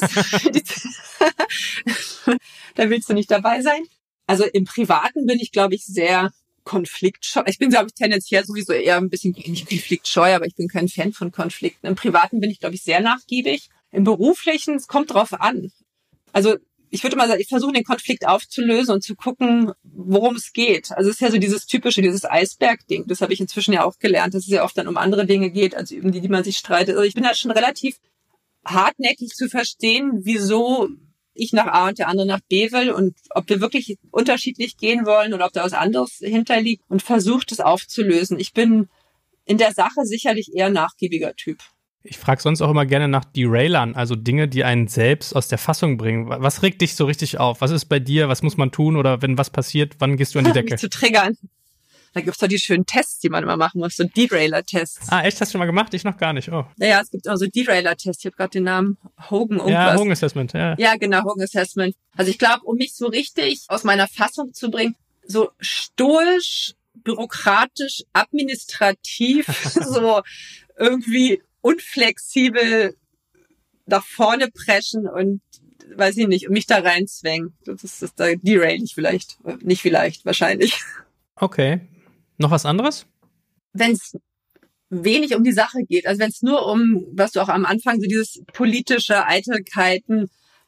Da willst du nicht dabei sein. Also im Privaten bin ich, glaube ich, sehr konfliktscheu. Ich bin, glaube ich, tendenziell sowieso eher ein bisschen, nicht konfliktscheu, aber ich bin kein Fan von Konflikten. Im Privaten bin ich, glaube ich, sehr nachgiebig. Im Beruflichen, es kommt drauf an. Also ich würde mal sagen, ich versuche den Konflikt aufzulösen und zu gucken, worum es geht. Also es ist ja so dieses typische, dieses Eisberg-Ding. Das habe ich inzwischen ja auch gelernt, dass es ja oft dann um andere Dinge geht, als um die, die man sich streitet. Also ich bin da schon relativ hartnäckig zu verstehen, wieso ich nach A und der andere nach B will und ob wir wirklich unterschiedlich gehen wollen oder ob da was anderes hinterliegt und versucht es aufzulösen. Ich bin in der Sache sicherlich eher nachgiebiger Typ. Ich frage sonst auch immer gerne nach Derailern, also Dinge, die einen selbst aus der Fassung bringen. Was regt dich so richtig auf? Was ist bei dir? Was muss man tun? Oder wenn was passiert, wann gehst du an die Decke? Mich zu triggern. Da gibt's doch die schönen Tests, die man immer machen muss, so Derailer-Tests. Ah, echt? Hast du schon mal gemacht? Ich noch gar nicht. Oh. Naja, es gibt auch so Derailer-Tests. Ich habe gerade den Namen Hogan irgendwas. Ja, Hogan Assessment. Ja, ja genau, Hogan Assessment. Also ich glaube, um mich so richtig aus meiner Fassung zu bringen, so stoisch bürokratisch, administrativ, so irgendwie unflexibel nach vorne preschen und weiß ich nicht, mich da reinzwängen. Das ist, das, da derail ich vielleicht. Nicht vielleicht, wahrscheinlich. Okay. Noch was anderes? Wenn es wenig um die Sache geht, also wenn es nur um, was du auch am Anfang, so dieses politische Eitelkeiten,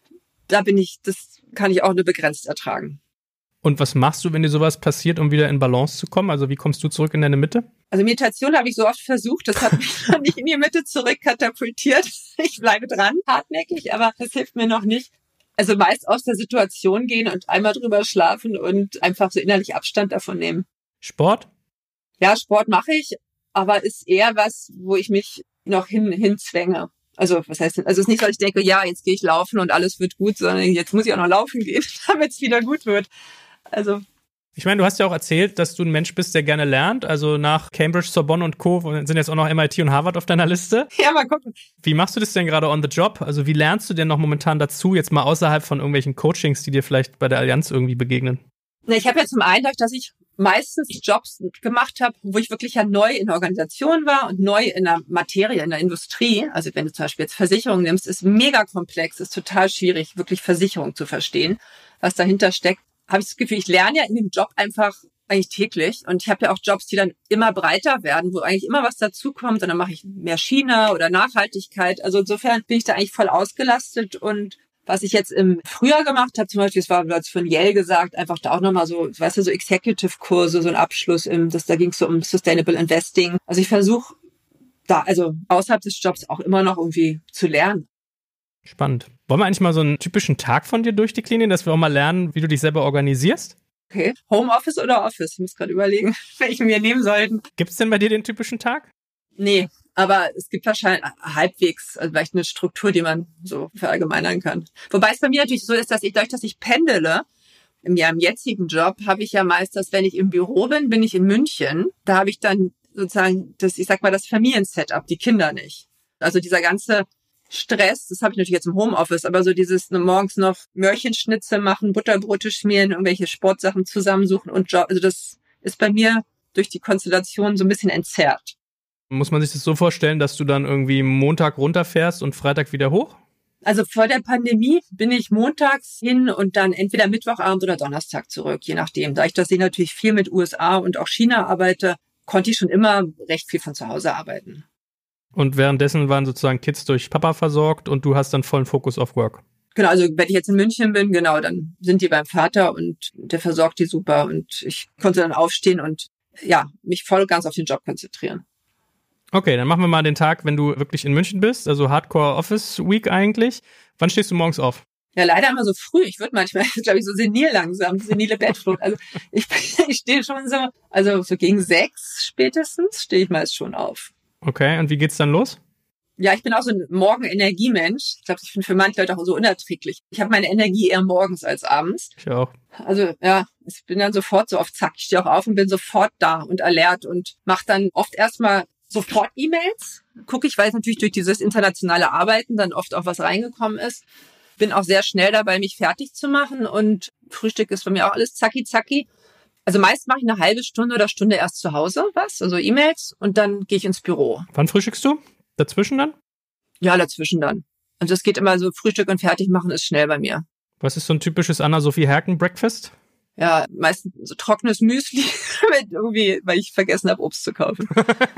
da bin ich, das kann ich auch nur begrenzt ertragen. Und was machst du, wenn dir sowas passiert, um wieder in Balance zu kommen? Also wie kommst du zurück in deine Mitte? Also Meditation habe ich so oft versucht, das hat mich noch nicht in die Mitte zurückkatapultiert. Ich bleibe dran, hartnäckig, aber das hilft mir noch nicht. Also meist aus der Situation gehen und einmal drüber schlafen und einfach so innerlich Abstand davon nehmen. Sport? Ja, Sport mache ich, aber ist eher was, wo ich mich noch hin hinzwänge. Also was heißt denn? Also es ist nicht so, dass ich denke, ja, jetzt gehe ich laufen und alles wird gut, sondern jetzt muss ich auch noch laufen gehen, damit es wieder gut wird. Also ich meine, du hast ja auch erzählt, dass du ein Mensch bist, der gerne lernt. Also nach Cambridge, Sorbonne und Co. sind jetzt auch noch M I T und Harvard auf deiner Liste. Ja, mal gucken. Wie machst du das denn gerade on the job? Also wie lernst du denn noch momentan dazu, jetzt mal außerhalb von irgendwelchen Coachings, die dir vielleicht bei der Allianz irgendwie begegnen? Na, ich habe ja zum einen, dass ich meistens Jobs gemacht habe, wo ich wirklich ja neu in der Organisation war und neu in der Materie, in der Industrie. Also wenn du zum Beispiel jetzt Versicherung nimmst, ist mega komplex, ist total schwierig, wirklich Versicherung zu verstehen, was dahinter steckt. Habe ich das Gefühl, ich lerne ja in dem Job einfach eigentlich täglich. Und ich habe ja auch Jobs, die dann immer breiter werden, wo eigentlich immer was dazukommt. Und dann mache ich mehr Schiene oder Nachhaltigkeit. Also insofern bin ich da eigentlich voll ausgelastet. Und was ich jetzt im Frühjahr gemacht habe, zum Beispiel, das war, du hast von Yale gesagt, einfach da auch nochmal so, weißt du, so Executive-Kurse, so ein Abschluss, im, das, da ging es so um Sustainable Investing. Also ich versuche da, also außerhalb des Jobs auch immer noch irgendwie zu lernen. Spannend. Wollen wir eigentlich mal so einen typischen Tag von dir durchdeklinieren, dass wir auch mal lernen, wie du dich selber organisierst? Okay. Homeoffice oder Office? Ich muss gerade überlegen, welchen wir nehmen sollten. Gibt es denn bei dir den typischen Tag? Nee, aber es gibt wahrscheinlich halbwegs, also vielleicht eine Struktur, die man so verallgemeinern kann. Wobei es bei mir natürlich so ist, dass ich, dadurch, dass ich pendele, im, ja, im jetzigen Job, habe ich ja meist, dass wenn ich im Büro bin, bin ich in München. Da habe ich dann sozusagen das, ich sag mal, das Familiensetup, die Kinder nicht. Also dieser ganze Stress, das habe ich natürlich jetzt im Homeoffice, aber so dieses ne, morgens noch Möhrchenschnitze machen, Butterbrote schmieren, irgendwelche Sportsachen zusammensuchen und Job, also das ist bei mir durch die Konstellation so ein bisschen entzerrt. Muss man sich das so vorstellen, dass du dann irgendwie Montag runterfährst und Freitag wieder hoch? Also vor der Pandemie bin ich montags hin und dann entweder Mittwochabend oder Donnerstag zurück, je nachdem. Da ich das sehe natürlich viel mit U S A und auch China arbeite, konnte ich schon immer recht viel von zu Hause arbeiten. Und währenddessen waren sozusagen Kids durch Papa versorgt und du hast dann vollen Fokus auf Work. Genau, also wenn ich jetzt in München bin, genau, dann sind die beim Vater und der versorgt die super und ich konnte dann aufstehen und ja, mich voll und ganz auf den Job konzentrieren. Okay, dann machen wir mal den Tag, wenn du wirklich in München bist, also Hardcore Office Week eigentlich. Wann stehst du morgens auf? Ja, leider immer so früh. Ich würde manchmal, glaube ich, so senil langsam, senile Bettflucht. Also ich, ich stehe schon so, also so gegen sechs spätestens stehe ich meist schon auf. Okay, und wie geht's dann los? Ja, ich bin auch so ein Morgen-Energiemensch. Ich glaube, ich bin für manche Leute auch so unerträglich. Ich habe meine Energie eher morgens als abends. Ich auch. Also ja, ich bin dann sofort so auf Zack. Ich stehe auch auf und bin sofort da und alert und mache dann oft erstmal sofort E-Mails. Gucke ich, weil es natürlich durch dieses internationale Arbeiten dann oft auch was reingekommen ist. Bin auch sehr schnell dabei, mich fertig zu machen und Frühstück ist bei mir auch alles zacki zacki. Also meist mache ich eine halbe Stunde oder Stunde erst zu Hause was, also E-Mails und dann gehe ich ins Büro. Wann frühstückst du? Dazwischen dann? Ja, dazwischen dann. Also es geht immer so, Frühstück und fertig machen ist schnell bei mir. Was ist so ein typisches Anna-Sophie Herken-Breakfast? Ja, meistens so trockenes Müsli, mit irgendwie, weil ich vergessen habe, Obst zu kaufen.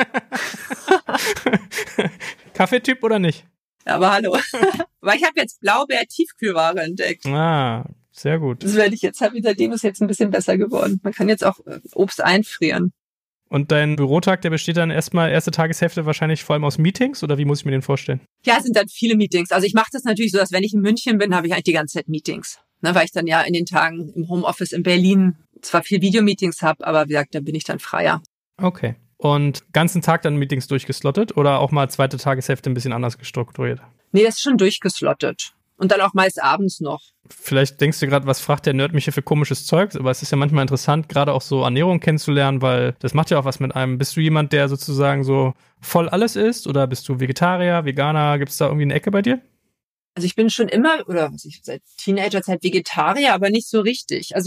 Kaffeetyp oder nicht? Ja, aber hallo. Weil ich habe jetzt Blaubeer-Tiefkühlware entdeckt. Ah, sehr gut. Das werde ich jetzt, seitdem ist jetzt ein bisschen besser geworden. Man kann jetzt auch Obst einfrieren. Und dein Bürotag, der besteht dann erstmal, erste Tageshälfte wahrscheinlich vor allem aus Meetings oder wie muss ich mir den vorstellen? Ja, es sind dann viele Meetings. Also ich mache das natürlich so, dass wenn ich in München bin, habe ich eigentlich die ganze Zeit Meetings. Ne, weil ich dann ja in den Tagen im Homeoffice in Berlin zwar viel Videomeetings habe, aber wie gesagt, da bin ich dann freier. Okay. Und ganzen Tag dann Meetings durchgeslottet oder auch mal zweite Tageshälfte ein bisschen anders gestrukturiert? Nee, das ist schon durchgeslottet. Und dann auch meist abends noch. Vielleicht denkst du gerade, was fragt der Nerd mich hier für komisches Zeug? Aber es ist ja manchmal interessant, gerade auch so Ernährung kennenzulernen, weil das macht ja auch was mit einem. Bist du jemand, der sozusagen so voll alles isst oder bist du Vegetarier, Veganer? Gibt es da irgendwie eine Ecke bei dir? Also ich bin schon immer, oder was ich seit Teenagerzeit Vegetarier, aber nicht so richtig. Also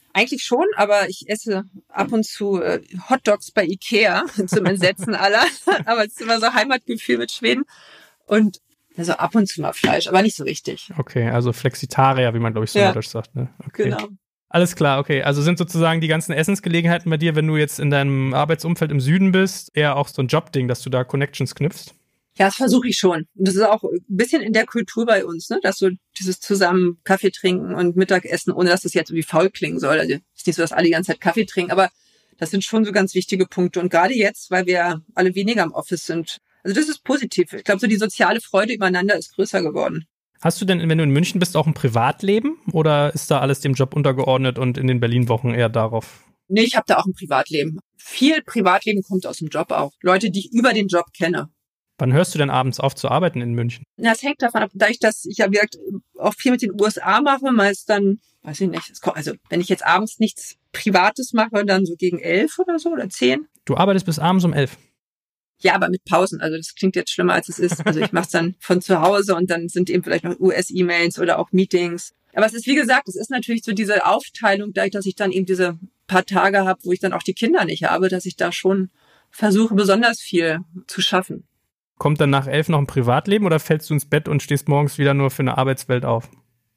Eigentlich schon, aber ich esse ab und zu äh, Hotdogs bei Ikea zum Entsetzen aller. Aber es ist immer so Heimatgefühl mit Schweden. Und also ab und zu mal Fleisch, aber nicht so richtig. Okay, also Flexitarier, wie man, glaube ich, so ja. Deutsch sagt. Ne? Okay. Genau. Alles klar, okay. Also sind sozusagen die ganzen Essensgelegenheiten bei dir, wenn du jetzt in deinem Arbeitsumfeld im Süden bist, eher auch so ein Jobding, dass du da Connections knüpfst? Ja, das versuche ich schon. Und das ist auch ein bisschen in der Kultur bei uns, ne? Dass so dieses zusammen Kaffee trinken und Mittagessen, ohne dass das jetzt irgendwie faul klingen soll. Also es ist nicht so, dass alle die ganze Zeit Kaffee trinken, aber das sind schon so ganz wichtige Punkte. Und gerade jetzt, weil wir alle weniger im Office sind, also das ist positiv. Ich glaube, so die soziale Freude übereinander ist größer geworden. Hast du denn, wenn du in München bist, auch ein Privatleben? Oder ist da alles dem Job untergeordnet und in den Berlin-Wochen eher darauf? Nee, ich habe da auch ein Privatleben. Viel Privatleben kommt aus dem Job auch. Leute, die ich über den Job kenne. Wann hörst du denn abends auf zu arbeiten in München? Na, das hängt davon ab, dadurch, dass ich ja wie gesagt auch viel mit den U S A mache, meist dann, weiß ich nicht, also wenn ich jetzt abends nichts Privates mache, dann so gegen elf oder so oder zehn. Du arbeitest bis abends um elf? Ja, aber mit Pausen, also das klingt jetzt schlimmer, als es ist. Also ich mache es dann von zu Hause und dann sind eben vielleicht noch U S-E-Mails oder auch Meetings. Aber es ist, wie gesagt, es ist natürlich so diese Aufteilung, dadurch, dass ich dann eben diese paar Tage habe, wo ich dann auch die Kinder nicht habe, dass ich da schon versuche, besonders viel zu schaffen. Kommt dann nach elf noch ein Privatleben oder fällst du ins Bett und stehst morgens wieder nur für eine Arbeitswelt auf?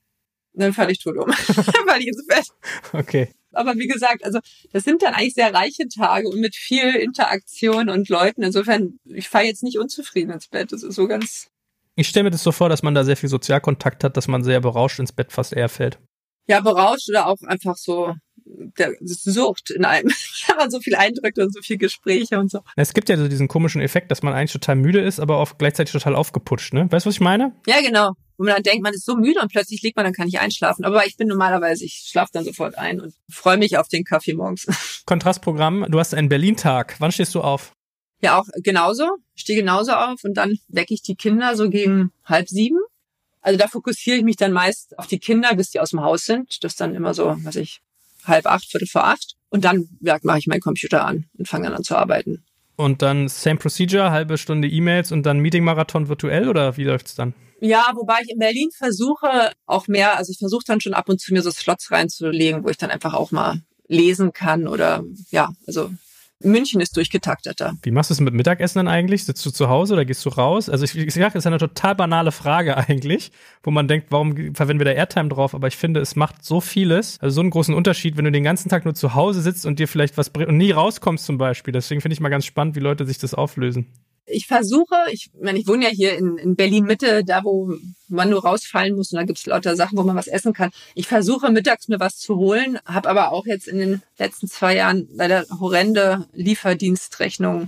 Dann falle ich tot um. Dann falle ich ins Bett. Okay. Aber wie gesagt, also das sind dann eigentlich sehr reiche Tage und mit viel Interaktion und Leuten. Insofern, ich falle jetzt nicht unzufrieden ins Bett. Das ist so ganz... Ich stelle mir das so vor, dass man da sehr viel Sozialkontakt hat, dass man sehr berauscht ins Bett fast eher fällt. Ja, berauscht oder auch einfach so der Sucht in einem. Wenn man so viel Eindrücke und so viel Gespräche und so. Es gibt ja so diesen komischen Effekt, dass man eigentlich total müde ist, aber auch gleichzeitig total aufgeputscht, ne? Weißt du, was ich meine? Ja, genau. Wo man dann denkt, man ist so müde und plötzlich liegt man, dann kann ich einschlafen. Aber ich bin normalerweise, ich schlafe dann sofort ein und freue mich auf den Kaffee morgens. Kontrastprogramm, du hast einen Berlin-Tag. Wann stehst du auf? Ja, auch genauso. Ich stehe genauso auf und dann wecke ich die Kinder so gegen halb sieben. Also da fokussiere ich mich dann meist auf die Kinder, bis die aus dem Haus sind. Das ist dann immer so, was ich, halb acht, viertel vor acht. Und dann ja, mache ich meinen Computer an und fange dann an zu arbeiten. Und dann same procedure, halbe Stunde E-Mails und dann Meeting-Marathon virtuell oder wie läuft's dann? Ja, wobei ich in Berlin versuche auch mehr, also ich versuche dann schon ab und zu mir so Slots reinzulegen, wo ich dann einfach auch mal lesen kann oder ja, also München ist durchgetakteter. Wie machst du es mit Mittagessen dann eigentlich? Sitzt du zu Hause oder gehst du raus? Also ich, ich sage, das ist eine total banale Frage eigentlich, wo man denkt, warum verwenden wir da Airtime drauf? Aber ich finde, es macht so vieles, also so einen großen Unterschied, wenn du den ganzen Tag nur zu Hause sitzt und dir vielleicht was bringt und nie rauskommst zum Beispiel. Deswegen finde ich mal ganz spannend, wie Leute sich das auflösen. Ich versuche, ich meine, ich wohne ja hier in, in Berlin-Mitte, da wo man nur rausfallen muss und da gibt's lauter Sachen, wo man was essen kann. Ich versuche mittags mir was zu holen, habe aber auch jetzt in den letzten zwei Jahren leider horrende Lieferdienstrechnungen,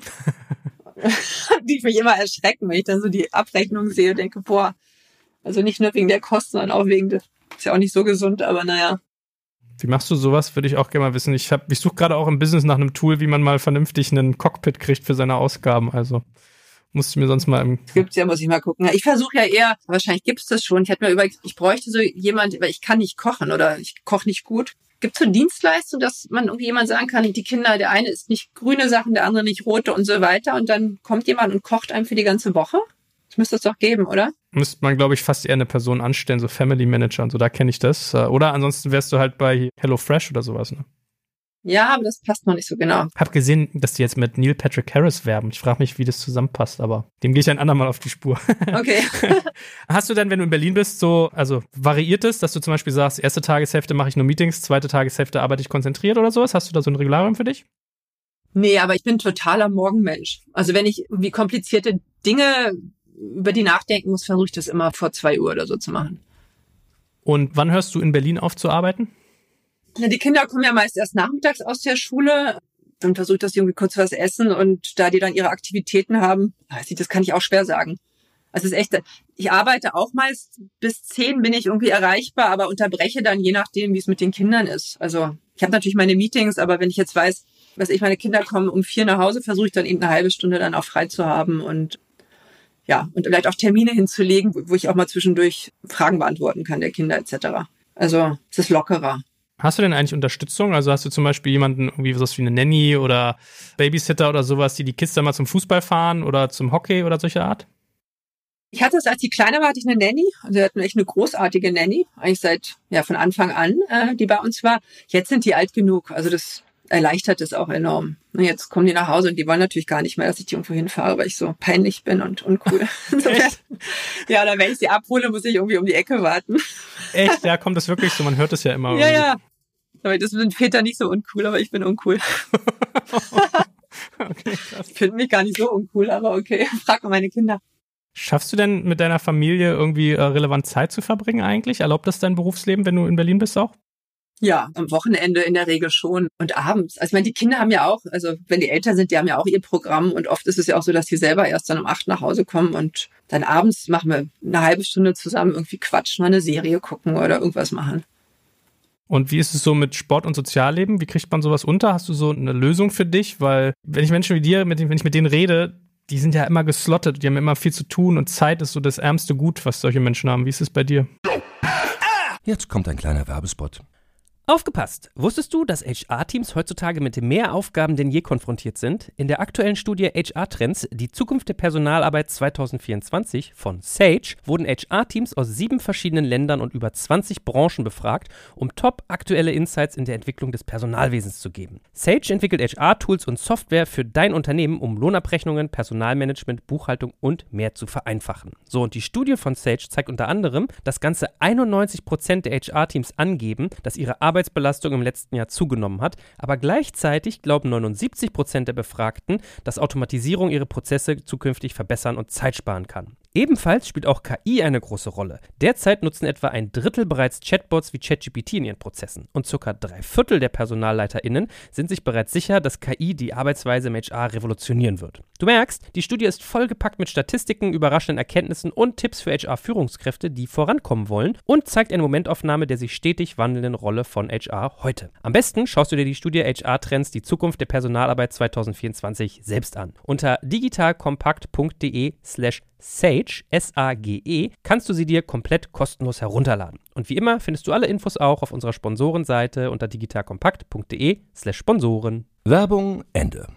die mich immer erschrecken, wenn ich dann so die Abrechnung sehe und denke, boah, also nicht nur wegen der Kosten, sondern auch wegen der, ist ja auch nicht so gesund, aber naja. Wie machst du sowas? Würde ich auch gerne mal wissen. Ich, hab, ich suche gerade auch im Business nach einem Tool, wie man mal vernünftig einen Cockpit kriegt für seine Ausgaben. Also musste ich mir sonst mal im... Gibt's ja, muss ich mal gucken. Ich versuche ja eher, wahrscheinlich gibt's das schon. Ich hätte mir überlegt, ich bräuchte so jemand, weil ich kann nicht kochen oder ich koche nicht gut. Gibt's so Dienstleistungen, dass man irgendwie jemand sagen kann, die Kinder, der eine isst nicht grüne Sachen, der andere nicht rote und so weiter. Und dann kommt jemand und kocht einem für die ganze Woche? Das müsste es doch geben, oder? Müsste man, glaube ich, fast eher eine Person anstellen, so Family Manager und so, da kenne ich das. Oder ansonsten wärst du halt bei HelloFresh oder sowas, ne? Ja, aber das passt noch nicht so genau. Hab gesehen, dass die jetzt mit Neil Patrick Harris werben. Ich frage mich, wie das zusammenpasst, aber dem gehe ich ein andermal auf die Spur. Okay. Hast du denn, wenn du in Berlin bist, so, also variiert es, dass du zum Beispiel sagst, erste Tageshälfte mache ich nur Meetings, zweite Tageshälfte arbeite ich konzentriert oder sowas? Hast du da so ein Regularium für dich? Nee, aber ich bin totaler Morgenmensch. Also wenn ich irgendwie komplizierte Dinge über die nachdenken muss, versuche ich das immer vor zwei Uhr oder so zu machen. Und wann hörst du in Berlin auf zu arbeiten? Ja, die Kinder kommen ja meist erst nachmittags aus der Schule. Dann versuche ich, dass sie irgendwie kurz was essen und da die dann ihre Aktivitäten haben, weiß ich, das kann ich auch schwer sagen. Also es ist echt, ich arbeite auch meist bis zehn bin ich irgendwie erreichbar, aber unterbreche dann je nachdem, wie es mit den Kindern ist. Also ich habe natürlich meine Meetings, aber wenn ich jetzt weiß, was ich, meine Kinder kommen um vier nach Hause, versuche ich dann eben eine halbe Stunde dann auch frei zu haben und ja, und vielleicht auch Termine hinzulegen, wo ich auch mal zwischendurch Fragen beantworten kann der Kinder et cetera. Also es ist lockerer. Hast du denn eigentlich Unterstützung? Also hast du zum Beispiel jemanden, irgendwie sowas wie eine Nanny oder Babysitter oder sowas, die die Kids dann mal zum Fußball fahren oder zum Hockey oder solcher Art? Ich hatte es, als die Kleine war, hatte ich eine Nanny. Also wir hatten echt eine großartige Nanny, eigentlich seit, ja, von Anfang an, äh, die bei uns war. Jetzt sind die alt genug. Also das erleichtert es auch enorm. Und jetzt kommen die nach Hause und die wollen natürlich gar nicht mehr, dass ich die irgendwo hinfahre, weil ich so peinlich bin und uncool. Ja, oder wenn ich sie abhole, muss ich irgendwie um die Ecke warten. Echt? Ja, kommt das wirklich so? Man hört es ja immer. Ja, ja. Aber das sind Väter nicht so uncool, aber ich bin uncool. Okay, krass. Ich finde mich gar nicht so uncool, aber okay. Frag mal meine Kinder. Schaffst du denn mit deiner Familie irgendwie äh, relevant Zeit zu verbringen eigentlich? Erlaubt das dein Berufsleben, wenn du in Berlin bist auch? Ja, am Wochenende in der Regel schon und abends. Also ich meine, die Kinder haben ja auch, also wenn die älter sind, die haben ja auch ihr Programm und oft ist es ja auch so, dass die selber erst dann um acht nach Hause kommen und dann abends machen wir eine halbe Stunde zusammen irgendwie quatschen, mal eine Serie gucken oder irgendwas machen. Und wie ist es so mit Sport und Sozialleben? Wie kriegt man sowas unter? Hast du so eine Lösung für dich? Weil wenn ich Menschen wie dir, mit denen, wenn ich mit denen rede, die sind ja immer geslottet, die haben immer viel zu tun und Zeit ist so das ärmste Gut, was solche Menschen haben. Wie ist es bei dir? Jetzt kommt ein kleiner Werbespot. Aufgepasst! Wusstest du, dass H R-Teams heutzutage mit mehr Aufgaben denn je konfrontiert sind? In der aktuellen Studie H R-Trends, die Zukunft der Personalarbeit zwanzig vierundzwanzig von Sage, wurden H R-Teams aus sieben verschiedenen Ländern und über zwanzig Branchen befragt, um top aktuelle Insights in der Entwicklung des Personalwesens zu geben. Sage entwickelt H R-Tools und Software für dein Unternehmen, um Lohnabrechnungen, Personalmanagement, Buchhaltung und mehr zu vereinfachen. So, und die Studie von Sage zeigt unter anderem, dass ganze einundneunzig Prozent der H R-Teams angeben, dass ihre Arbeit Arbeitsbelastung im letzten Jahr zugenommen hat, aber gleichzeitig glauben neunundsiebzig Prozent der Befragten, dass Automatisierung ihre Prozesse zukünftig verbessern und Zeit sparen kann. Ebenfalls spielt auch K I eine große Rolle. Derzeit nutzen etwa ein Drittel bereits Chatbots wie ChatGPT in ihren Prozessen und circa drei Viertel der PersonalleiterInnen sind sich bereits sicher, dass K I die Arbeitsweise im H R revolutionieren wird. Du merkst, die Studie ist vollgepackt mit Statistiken, überraschenden Erkenntnissen und Tipps für H R-Führungskräfte, die vorankommen wollen und zeigt eine Momentaufnahme der sich stetig wandelnden Rolle von H R heute. Am besten schaust du dir die Studie H R-Trends, die Zukunft der Personalarbeit zwanzig vierundzwanzig selbst an. Unter digitalkompakt.de slash Sage, S A G E, kannst du sie dir komplett kostenlos herunterladen. Und wie immer findest du alle Infos auch auf unserer Sponsorenseite unter digitalkompakt.de slash Sponsoren. Werbung Ende.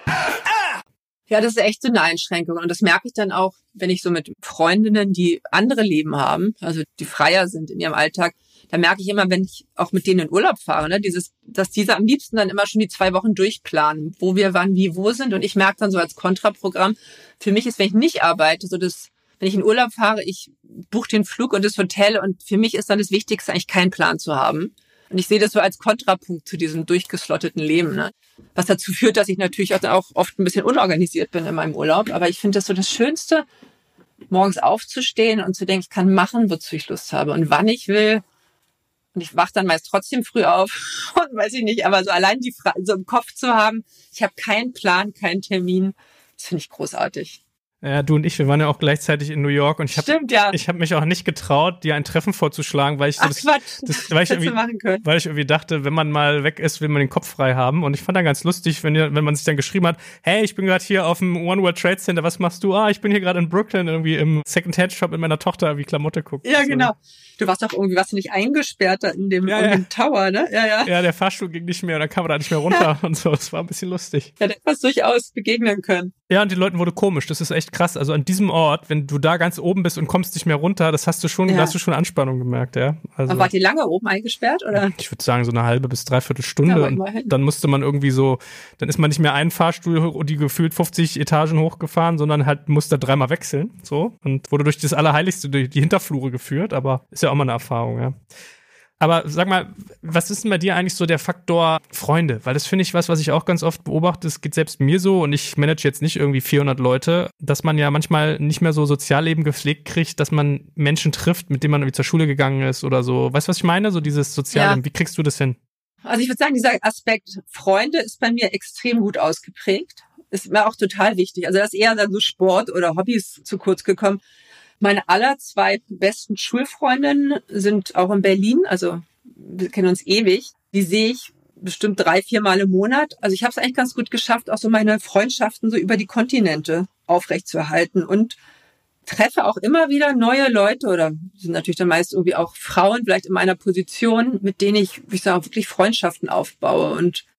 Ja, das ist echt so eine Einschränkung. Und das merke ich dann auch, wenn ich so mit Freundinnen, die andere Leben haben, also die freier sind in ihrem Alltag, da merke ich immer, wenn ich auch mit denen in Urlaub fahre, ne, dieses, dass diese am liebsten dann immer schon die zwei Wochen durchplanen, wo wir wann, wie, wo sind. Und ich merke dann so als Kontraprogramm, für mich ist, wenn ich nicht arbeite, so das, wenn ich in Urlaub fahre, ich buche den Flug und das Hotel und für mich ist dann das Wichtigste, eigentlich keinen Plan zu haben. Und ich sehe das so als Kontrapunkt zu diesem durchgeslotteten Leben, ne? Was dazu führt, dass ich natürlich auch oft ein bisschen unorganisiert bin in meinem Urlaub. Aber ich finde das so das Schönste, morgens aufzustehen und zu denken, ich kann machen, wozu ich Lust habe und wann ich will. Und ich wache dann meist trotzdem früh auf und weiß ich nicht, aber so allein die Fra- so im Kopf zu haben, ich habe keinen Plan, keinen Termin, das finde ich großartig. Ja, du und ich, wir waren ja auch gleichzeitig in New York und ich habe ja. ich habe mich auch nicht getraut, dir ein Treffen vorzuschlagen, weil ich so Ach, das, Quatsch, das weil, ich irgendwie, machen können. weil ich irgendwie dachte, wenn man mal weg ist, will man den Kopf frei haben. Und ich fand dann ganz lustig, wenn, ihr, wenn man sich dann geschrieben hat, hey, ich bin gerade hier auf dem One World Trade Center, was machst du? Ah, ich bin hier gerade in Brooklyn irgendwie im Second-Hand-Shop mit meiner Tochter, wie Klamotte guckt. Ja, so. Genau. Du warst doch irgendwie, warst du nicht eingesperrt da in dem, ja, in ja. dem Tower, ne? Ja, ja. Ja, der Fahrstuhl ging nicht mehr und dann kam man da nicht mehr runter und so. Das war ein bisschen lustig. Ja, da hätte man durchaus begegnen können. Ja, und den Leuten wurde komisch. Das ist echt krass. Also an diesem Ort, wenn du da ganz oben bist und kommst nicht mehr runter, das hast du schon, ja. da hast du schon Anspannung gemerkt, ja. Also, aber wart ihr lange oben eingesperrt, oder? Ich würde sagen, so eine halbe bis dreiviertel Stunde. Ja, und dann musste man irgendwie so, dann ist man nicht mehr einen Fahrstuhl hoch und die gefühlt fünfzig Etagen hochgefahren, sondern halt musste dreimal wechseln, so. Und wurde durch das Allerheiligste, durch die Hinterflure geführt, aber ist ja auch mal eine Erfahrung, ja. Aber sag mal, was ist denn bei dir eigentlich so der Faktor Freunde? Weil das finde ich was, was ich auch ganz oft beobachte. Es geht selbst mir so und ich manage jetzt nicht irgendwie vierhundert Leute, dass man ja manchmal nicht mehr so Sozialleben gepflegt kriegt, dass man Menschen trifft, mit denen man irgendwie zur Schule gegangen ist oder so. Weißt du, was ich meine? So dieses Sozialleben. Ja. Wie kriegst du das hin? Also ich würde sagen, dieser Aspekt Freunde ist bei mir extrem gut ausgeprägt. Ist mir auch total wichtig. Also da ist eher dann so Sport oder Hobbys zu kurz gekommen. Meine aller zwei besten Schulfreundinnen sind auch in Berlin, also wir kennen uns ewig. Die sehe ich bestimmt drei, vier Mal im Monat. Also ich habe es eigentlich ganz gut geschafft, auch so meine Freundschaften so über die Kontinente aufrechtzuerhalten und treffe auch immer wieder neue Leute oder sind natürlich dann meist irgendwie auch Frauen, vielleicht in meiner Position, mit denen ich, wie ich sage, auch wirklich Freundschaften aufbaue. Und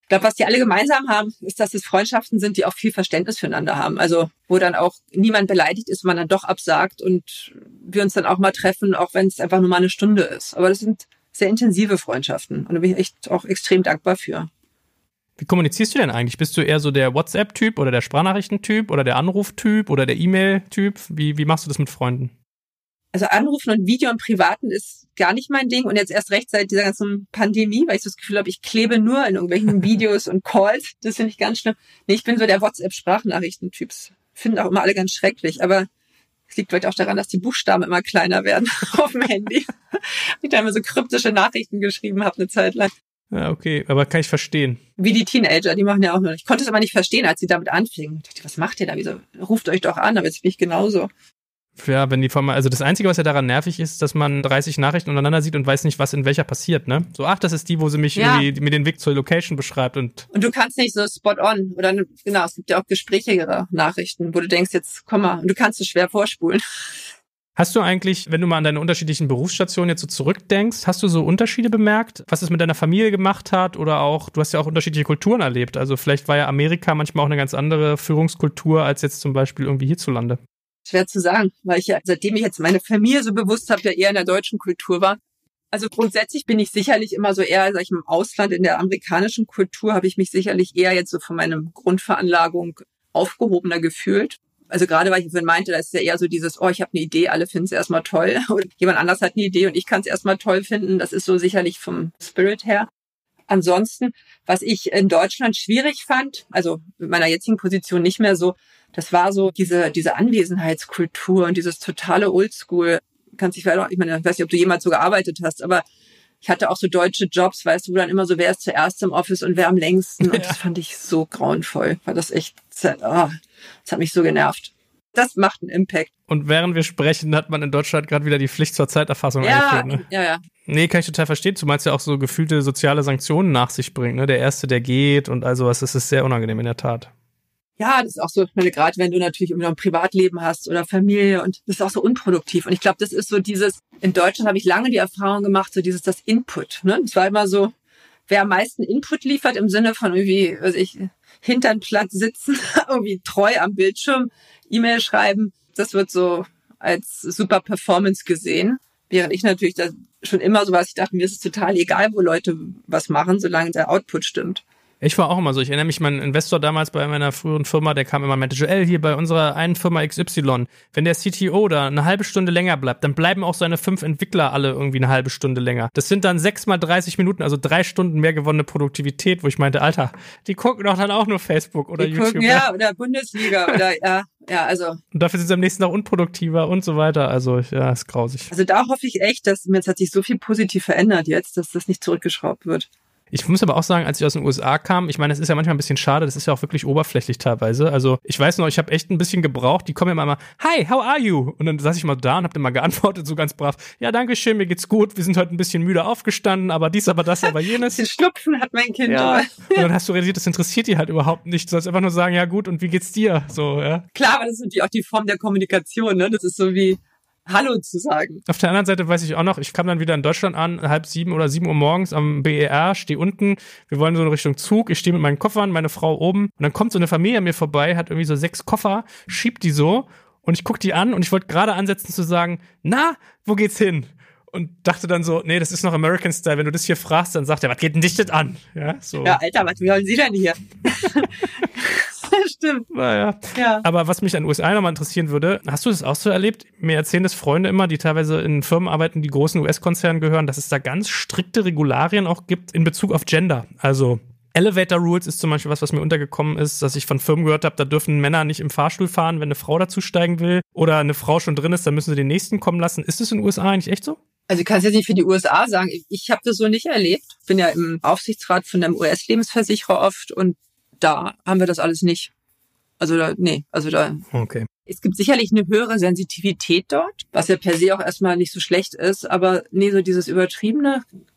Ich glaube, was die alle gemeinsam haben, ist, dass es Freundschaften sind, die auch viel Verständnis füreinander haben. Also wo dann auch niemand beleidigt ist, man dann doch absagt und wir uns dann auch mal treffen, auch wenn es einfach nur mal eine Stunde ist. Aber das sind sehr intensive Freundschaften und da bin ich echt auch extrem dankbar für. Wie kommunizierst du denn eigentlich? Bist du eher so der WhatsApp-Typ oder der Sprachnachrichten-Typ oder der Anruf-Typ oder der E-Mail-Typ? Wie, wie machst du das mit Freunden? Also Anrufen und Video im Privaten ist gar nicht mein Ding. Und jetzt erst recht seit dieser ganzen Pandemie, weil ich so das Gefühl habe, ich klebe nur in irgendwelchen Videos und Calls. Das finde ich ganz schlimm. Nee, ich bin so der WhatsApp-Sprachnachrichten-Typ. Finden auch immer alle ganz schrecklich. Aber es liegt vielleicht auch daran, dass die Buchstaben immer kleiner werden auf dem Handy. Ich da immer so kryptische Nachrichten geschrieben habe eine Zeit lang. Ja, okay, aber kann ich verstehen. Wie die Teenager, die machen ja auch nur. Ich konnte es aber nicht verstehen, als sie damit anfingen. Ich dachte, was macht ihr da? Wieso? Ruft euch doch an, aber jetzt bin ich genauso. Ja, wenn die Form, also das Einzige, was ja daran nervig ist, dass man dreißig Nachrichten untereinander sieht und weiß nicht, was in welcher passiert, ne? So, ach, das ist die, wo sie mich ja. irgendwie mir den Weg zur Location beschreibt und. Und du kannst nicht so spot on oder, genau, es gibt ja auch gesprächigere Nachrichten, wo du denkst, jetzt komm mal, und du kannst es schwer vorspulen. Hast du eigentlich, wenn du mal an deine unterschiedlichen Berufsstationen jetzt so zurückdenkst, hast du so Unterschiede bemerkt, was es mit deiner Familie gemacht hat oder auch, du hast ja auch unterschiedliche Kulturen erlebt, also vielleicht war ja Amerika manchmal auch eine ganz andere Führungskultur als jetzt zum Beispiel irgendwie hierzulande. Schwer zu sagen, weil ich ja, seitdem ich jetzt meine Familie so bewusst habe, ja eher in der deutschen Kultur war. Also grundsätzlich bin ich sicherlich immer so eher, sag ich mal, im Ausland, in der amerikanischen Kultur habe ich mich sicherlich eher jetzt so von meiner Grundveranlagung aufgehobener gefühlt. Also gerade, weil ich vorhin meinte, da ist ja eher so dieses, oh, ich habe eine Idee, alle finden es erstmal toll. Oder jemand anders hat eine Idee und ich kann es erstmal toll finden. Das ist so sicherlich vom Spirit her. Ansonsten, was ich in Deutschland schwierig fand, also mit meiner jetzigen Position nicht mehr so, das war so diese diese Anwesenheitskultur und dieses totale Oldschool. Kannst dich vielleicht auch, ich meine, ich weiß nicht, ob du jemals so gearbeitet hast, aber ich hatte auch so deutsche Jobs, weißt du, wo dann immer so, wer ist zuerst im Office und wer am längsten. Und ja. Das fand ich so grauenvoll. War das echt, oh, das hat mich so genervt. Das macht einen Impact. Und während wir sprechen, hat man in Deutschland gerade wieder die Pflicht zur Zeiterfassung ja, eingeführt. Ne? Ja, ja. Nee, kann ich total verstehen, zumal es ja auch so gefühlte soziale Sanktionen nach sich bringt. Ne? Der Erste, der geht und all sowas, das ist sehr unangenehm in der Tat. Ja, das ist auch so, gerade wenn du natürlich irgendwie noch ein Privatleben hast oder Familie und das ist auch so unproduktiv. Und ich glaube, das ist so dieses, in Deutschland habe ich lange die Erfahrung gemacht, so dieses, das Input. Ne? Das war immer so, wer am meisten Input liefert im Sinne von irgendwie, weiß ich, hintern Platz sitzen, irgendwie treu am Bildschirm, E-Mail schreiben, das wird so als super Performance gesehen. Während ich natürlich da schon immer so was, ich dachte, mir ist es total egal, wo Leute was machen, solange der Output stimmt. Ich war auch immer so. Ich erinnere mich, mein Investor damals bei meiner früheren Firma, der kam immer und meinte, Joel, hier bei unserer einen Firma X Y, wenn der C T O da eine halbe Stunde länger bleibt, dann bleiben auch seine fünf Entwickler alle irgendwie eine halbe Stunde länger. Das sind dann sechs mal dreißig Minuten, also drei Stunden mehr gewonnene Produktivität, wo ich meinte, Alter, die gucken doch dann auch nur Facebook oder die YouTube. Gucken, ja, oder Bundesliga oder, ja, ja, also. Und dafür sind sie am nächsten Tag unproduktiver und so weiter. Also, ja, ist grausig. Also da hoffe ich echt, dass, jetzt hat sich so viel positiv verändert jetzt, dass das nicht zurückgeschraubt wird. Ich muss aber auch sagen, als ich aus den U S A kam, ich meine, es ist ja manchmal ein bisschen schade, das ist ja auch wirklich oberflächlich teilweise. Also ich weiß noch, ich habe echt ein bisschen gebraucht, die kommen immer mal, hi, how are you? Und dann saß ich mal da und hab dann mal geantwortet, so ganz brav, ja, danke schön, mir geht's gut, wir sind heute ein bisschen müde aufgestanden, aber dies, aber das, aber jenes. Ein bisschen Schnupfen hat mein Kind. Ja. Und dann hast du realisiert, das interessiert die halt überhaupt nicht. Du sollst einfach nur sagen, ja gut, und wie geht's dir? So, ja. Klar, aber das ist natürlich auch die Form der Kommunikation, ne? Das ist so wie Hallo zu sagen. Auf der anderen Seite weiß ich auch noch, ich kam dann wieder in Deutschland an, halb sieben oder sieben Uhr morgens am B E R, stehe unten, wir wollen so in Richtung Zug, ich stehe mit meinen Koffern, meine Frau oben und dann kommt so eine Familie an mir vorbei, hat irgendwie so sechs Koffer, schiebt die so und ich guck die an und ich wollte gerade ansetzen zu sagen, na, wo geht's hin? Und dachte dann so, nee, das ist noch American Style, wenn du das hier fragst, dann sagt er, was geht denn dich das an? Ja, so. Ja, Alter, was wollen Sie denn hier? Stimmt. Naja. Ja. Aber was mich an den U S A nochmal interessieren würde, hast du das auch so erlebt? Mir erzählen das Freunde immer, die teilweise in Firmen arbeiten, die großen U S-Konzernen gehören, dass es da ganz strikte Regularien auch gibt in Bezug auf Gender. Also Elevator Rules ist zum Beispiel was, was mir untergekommen ist, dass ich von Firmen gehört habe, da dürfen Männer nicht im Fahrstuhl fahren, wenn eine Frau dazusteigen will oder eine Frau schon drin ist, dann müssen sie den nächsten kommen lassen. Ist das in den U S A eigentlich echt so? Also ich kann es jetzt nicht für die U S A sagen. Ich, ich habe das so nicht erlebt. Ich bin ja im Aufsichtsrat von einem U S-Lebensversicherer oft und da haben wir das alles nicht. Also da, nee, also da. Okay. Es gibt sicherlich eine höhere Sensitivität dort, was ja per se auch erstmal nicht so schlecht ist, aber nee, so dieses Übertriebene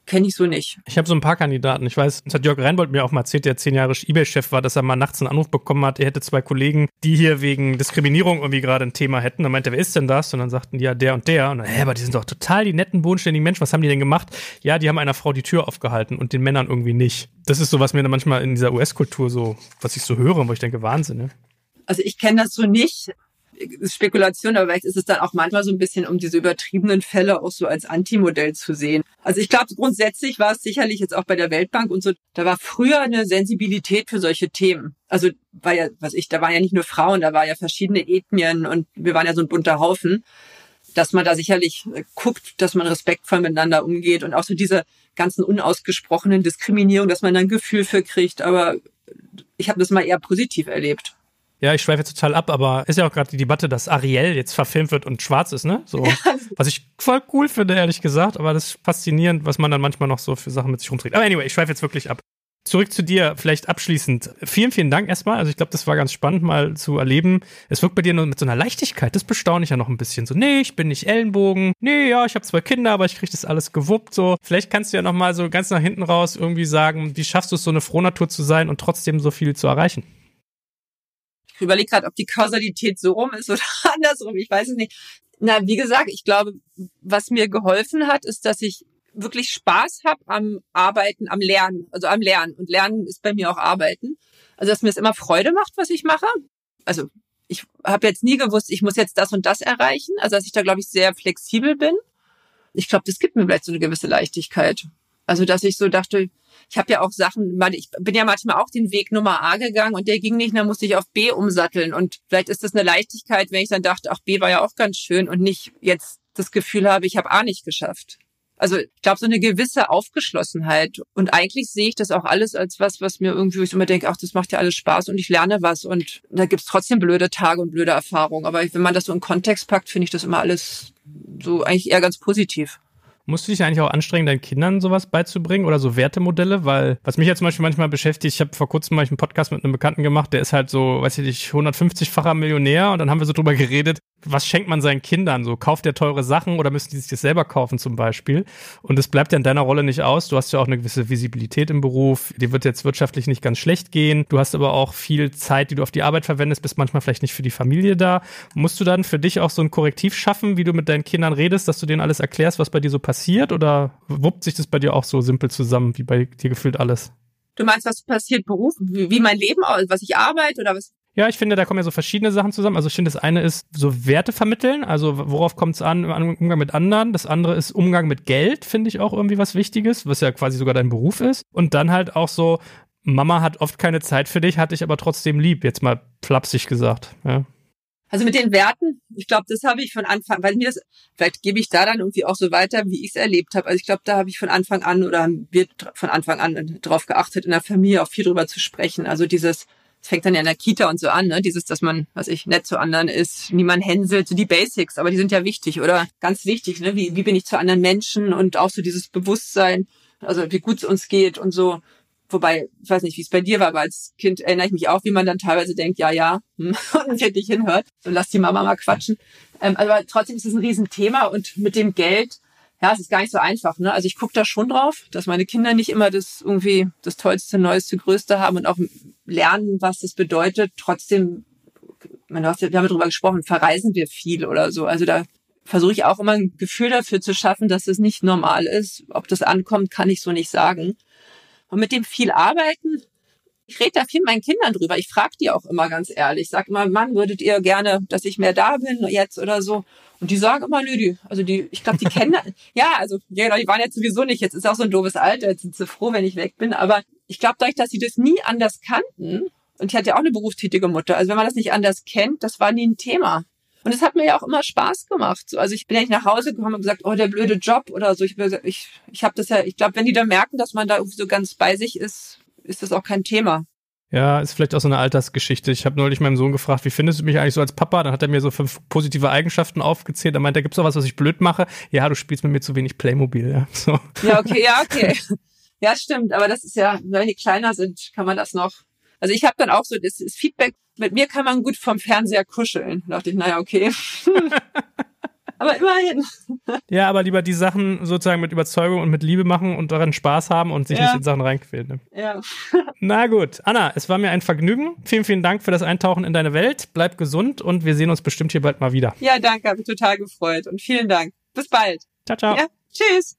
kenne ich so nicht. Ich habe so ein paar Kandidaten. Ich weiß, das hat Jörg Reinbold mir auch mal erzählt, der zehn Jahre eBay-Chef war, dass er mal nachts einen Anruf bekommen hat, er hätte zwei Kollegen, die hier wegen Diskriminierung irgendwie gerade ein Thema hätten. Dann meinte er, wer ist denn das? Und dann sagten die, ja, der und der. Und dann, hä, aber die sind doch total die netten, bodenständigen Menschen. Was haben die denn gemacht? Ja, die haben einer Frau die Tür aufgehalten und den Männern irgendwie nicht. Das ist so, was mir dann manchmal in dieser U S-Kultur so, was ich so höre, wo ich denke, Wahnsinn, ne? Also ich kenne das so nicht. Ist Spekulation, aber vielleicht ist es dann auch manchmal so ein bisschen, um diese übertriebenen Fälle auch so als Antimodell zu sehen. Also ich glaube, grundsätzlich war es sicherlich jetzt auch bei der Weltbank und so, da war früher eine Sensibilität für solche Themen. Also war ja, was ich, da waren ja nicht nur Frauen, da waren ja verschiedene Ethnien und wir waren ja so ein bunter Haufen, dass man da sicherlich guckt, dass man respektvoll miteinander umgeht und auch so diese ganzen unausgesprochenen Diskriminierungen, dass man da ein Gefühl für kriegt. Aber ich habe das mal eher positiv erlebt. Ja, ich schweife jetzt total ab, aber ist ja auch gerade die Debatte, dass Ariel jetzt verfilmt wird und schwarz ist, ne? So, was ich voll cool finde, ehrlich gesagt, aber das ist faszinierend, was man dann manchmal noch so für Sachen mit sich rumträgt. Aber anyway, ich schweife jetzt wirklich ab. Zurück zu dir, vielleicht abschließend. Vielen, vielen Dank erstmal. Also ich glaube, das war ganz spannend mal zu erleben. Es wirkt bei dir nur mit so einer Leichtigkeit. Das bestaune ich ja noch ein bisschen. So, nee, ich bin nicht Ellenbogen. Nee, ja, ich habe zwei Kinder, aber ich kriege das alles gewuppt. So, vielleicht kannst du ja noch mal so ganz nach hinten raus irgendwie sagen, wie schaffst du es, so eine Frohnatur zu sein und trotzdem so viel zu erreichen? Ich überlege gerade, ob die Kausalität so rum ist oder andersrum. Ich weiß es nicht. Na, wie gesagt, ich glaube, was mir geholfen hat, ist, dass ich wirklich Spaß habe am Arbeiten, am Lernen, also am Lernen. Und Lernen ist bei mir auch Arbeiten. Also, dass mir es immer Freude macht, was ich mache. Also, ich habe jetzt nie gewusst, ich muss jetzt das und das erreichen. Also, dass ich da, glaube ich, sehr flexibel bin. Ich glaube, das gibt mir vielleicht so eine gewisse Leichtigkeit. Also, dass ich so dachte, ich habe ja auch Sachen, ich bin ja manchmal auch den Weg Nummer A gegangen und der ging nicht, dann musste ich auf B umsatteln. Und vielleicht ist das eine Leichtigkeit, wenn ich dann dachte, ach, B war ja auch ganz schön und nicht jetzt das Gefühl habe, ich habe A nicht geschafft. Also ich glaube, so eine gewisse Aufgeschlossenheit. Und eigentlich sehe ich das auch alles als was, was mir irgendwie, wo ich immer denke, ach, das macht ja alles Spaß und ich lerne was. Und da gibt's trotzdem blöde Tage und blöde Erfahrungen. Aber wenn man das so in Kontext packt, finde ich das immer alles so eigentlich eher ganz positiv. Musst du dich eigentlich auch anstrengen, deinen Kindern sowas beizubringen oder so Wertemodelle? Weil, was mich jetzt zum Beispiel manchmal beschäftigt, ich habe vor kurzem mal einen Podcast mit einem Bekannten gemacht, der ist halt so, weiß ich nicht, hundertfünfzigfacher Millionär und dann haben wir so drüber geredet, was schenkt man seinen Kindern? So, kauft der teure Sachen oder müssen die sich das selber kaufen zum Beispiel? Und das bleibt ja in deiner Rolle nicht aus. Du hast ja auch eine gewisse Visibilität im Beruf. Dir wird jetzt wirtschaftlich nicht ganz schlecht gehen. Du hast aber auch viel Zeit, die du auf die Arbeit verwendest, bist manchmal vielleicht nicht für die Familie da. Musst du dann für dich auch so ein Korrektiv schaffen, wie du mit deinen Kindern redest, dass du denen alles erklärst, was bei dir so passiert? Oder wuppt sich das bei dir auch so simpel zusammen, wie bei dir gefühlt alles? Du meinst, was passiert Beruf? Wie, wie mein Leben, was ich arbeite oder was? Ja, ich finde, da kommen ja so verschiedene Sachen zusammen. Also ich finde, das eine ist so Werte vermitteln, also worauf kommt es an im Umgang mit anderen. Das andere ist Umgang mit Geld, finde ich auch irgendwie was Wichtiges, was ja quasi sogar dein Beruf ist. Und dann halt auch so, Mama hat oft keine Zeit für dich, hat dich aber trotzdem lieb, jetzt mal flapsig gesagt. Ja. Also mit den Werten, ich glaube, das habe ich von Anfang, weil mir das, vielleicht gebe ich da dann irgendwie auch so weiter, wie ich es erlebt habe. Also ich glaube, da habe ich von Anfang an oder wird von Anfang an drauf geachtet, in der Familie auch viel drüber zu sprechen. Also dieses, es fängt dann ja in der Kita und so an, ne? Dieses, dass man, was ich, nett zu anderen ist, niemand hänselt, so die Basics, aber die sind ja wichtig oder ganz wichtig, ne? Wie, wie bin ich zu anderen Menschen und auch so dieses Bewusstsein, also wie gut es uns geht und so. Wobei, ich weiß nicht, wie es bei dir war, aber als Kind erinnere ich mich auch, wie man dann teilweise denkt, ja, ja, hm, und nicht hinhört, so lass die Mama mal quatschen. Ähm, aber trotzdem ist es ein Riesenthema und mit dem Geld, ja, es ist gar nicht so einfach, ne? Also ich gucke da schon drauf, dass meine Kinder nicht immer das irgendwie das Tollste, Neueste, Größte haben und auch lernen, was das bedeutet. Trotzdem, man hat, wir haben darüber gesprochen, verreisen wir viel oder so. Also da versuche ich auch immer ein Gefühl dafür zu schaffen, dass es nicht normal ist. Ob das ankommt, kann ich so nicht sagen. Und mit dem viel Arbeiten, ich rede da viel mit meinen Kindern drüber. Ich frage die auch immer ganz ehrlich. Ich sage immer, Mann, würdet ihr gerne, dass ich mehr da bin jetzt oder so? Und die sagen immer, nö, die, also die, ich glaube, die kennen, ja, also, ja, die waren jetzt sowieso nicht, jetzt ist auch so ein doofes Alter, jetzt sind sie froh, wenn ich weg bin. Aber ich glaube, dadurch, dass sie das nie anders kannten, und ich hatte ja auch eine berufstätige Mutter, also wenn man das nicht anders kennt, das war nie ein Thema. Und es hat mir ja auch immer Spaß gemacht. Also ich bin ja nicht nach Hause gekommen und gesagt, oh, der blöde Job oder so. Ich ich, ich habe das ja, ich glaube, wenn die da merken, dass man da irgendwie so ganz bei sich ist, ist das auch kein Thema. Ja, ist vielleicht auch so eine Altersgeschichte. Ich habe neulich meinem Sohn gefragt, wie findest du mich eigentlich so als Papa? Dann hat er mir so fünf positive Eigenschaften aufgezählt. Er meinte, da gibt's auch was, was ich blöd mache. Ja, du spielst mit mir zu wenig Playmobil. Ja, so. Ja, okay, ja, okay. Ja, stimmt. Aber das ist ja, wenn die kleiner sind, kann man das noch. Also ich habe dann auch so das, das Feedback, mit mir kann man gut vom Fernseher kuscheln. Da dachte ich, naja, okay. Aber immerhin. Ja, aber lieber die Sachen sozusagen mit Überzeugung und mit Liebe machen und daran Spaß haben und sich Ja. nicht in Sachen reinquälen. Ne? Ja. Na gut, Anna, es war mir ein Vergnügen. Vielen, vielen Dank für das Eintauchen in deine Welt. Bleib gesund und wir sehen uns bestimmt hier bald mal wieder. Ja, danke, habe mich total gefreut und vielen Dank. Bis bald. Ciao, ciao. Ja, tschüss.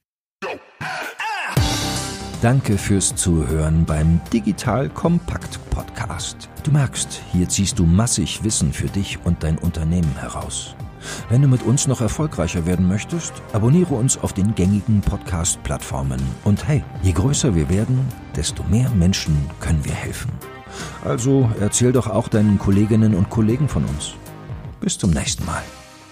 Danke fürs Zuhören beim Digital Kompakt Podcast. Du merkst, hier ziehst du massig Wissen für dich und dein Unternehmen heraus. Wenn du mit uns noch erfolgreicher werden möchtest, abonniere uns auf den gängigen Podcast-Plattformen. Und hey, je größer wir werden, desto mehr Menschen können wir helfen. Also erzähl doch auch deinen Kolleginnen und Kollegen von uns. Bis zum nächsten Mal.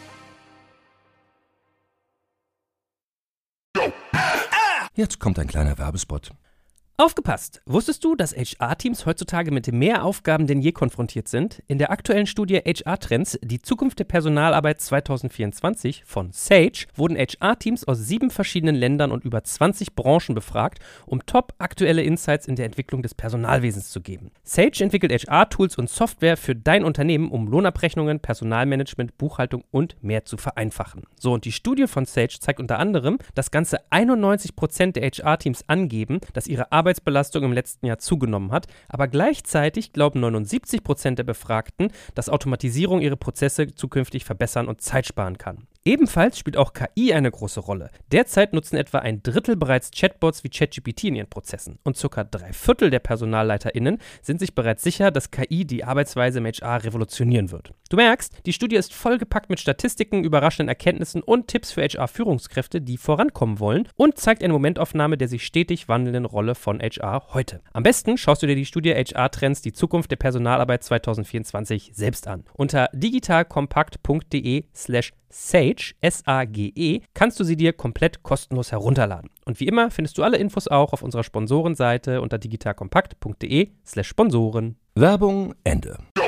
Jetzt kommt ein kleiner Werbespot. Aufgepasst! Wusstest du, dass H R-Teams heutzutage mit mehr Aufgaben denn je konfrontiert sind? In der aktuellen Studie H R-Trends, die Zukunft der Personalarbeit zwanzig vierundzwanzig von Sage, wurden H R-Teams aus sieben verschiedenen Ländern und über zwanzig Branchen befragt, um top aktuelle Insights in der Entwicklung des Personalwesens zu geben. Sage entwickelt H R-Tools und Software für dein Unternehmen, um Lohnabrechnungen, Personalmanagement, Buchhaltung und mehr zu vereinfachen. So, und die Studie von Sage zeigt unter anderem, dass ganze einundneunzig Prozent der H R-Teams angeben, dass ihre Arbeit Arbeitsbelastung im letzten Jahr zugenommen hat, aber gleichzeitig glauben neunundsiebzig Prozent der Befragten, dass Automatisierung ihre Prozesse zukünftig verbessern und Zeit sparen kann. Ebenfalls spielt auch K I eine große Rolle. Derzeit nutzen etwa ein Drittel bereits Chatbots wie ChatGPT in ihren Prozessen und circa drei Viertel der PersonalleiterInnen sind sich bereits sicher, dass K I die Arbeitsweise im H R revolutionieren wird. Du merkst, die Studie ist vollgepackt mit Statistiken, überraschenden Erkenntnissen und Tipps für H R-Führungskräfte, die vorankommen wollen und zeigt eine Momentaufnahme der sich stetig wandelnden Rolle von H R heute. Am besten schaust du dir die Studie H R-Trends, die Zukunft der Personalarbeit zwanzig vierundzwanzig selbst an. Unter digitalkompakt.de slash Sage, S A G E, kannst du sie dir komplett kostenlos herunterladen. Und wie immer findest du alle Infos auch auf unserer Sponsorenseite unter digitalkompakt.de slash Sponsoren. Werbung Ende.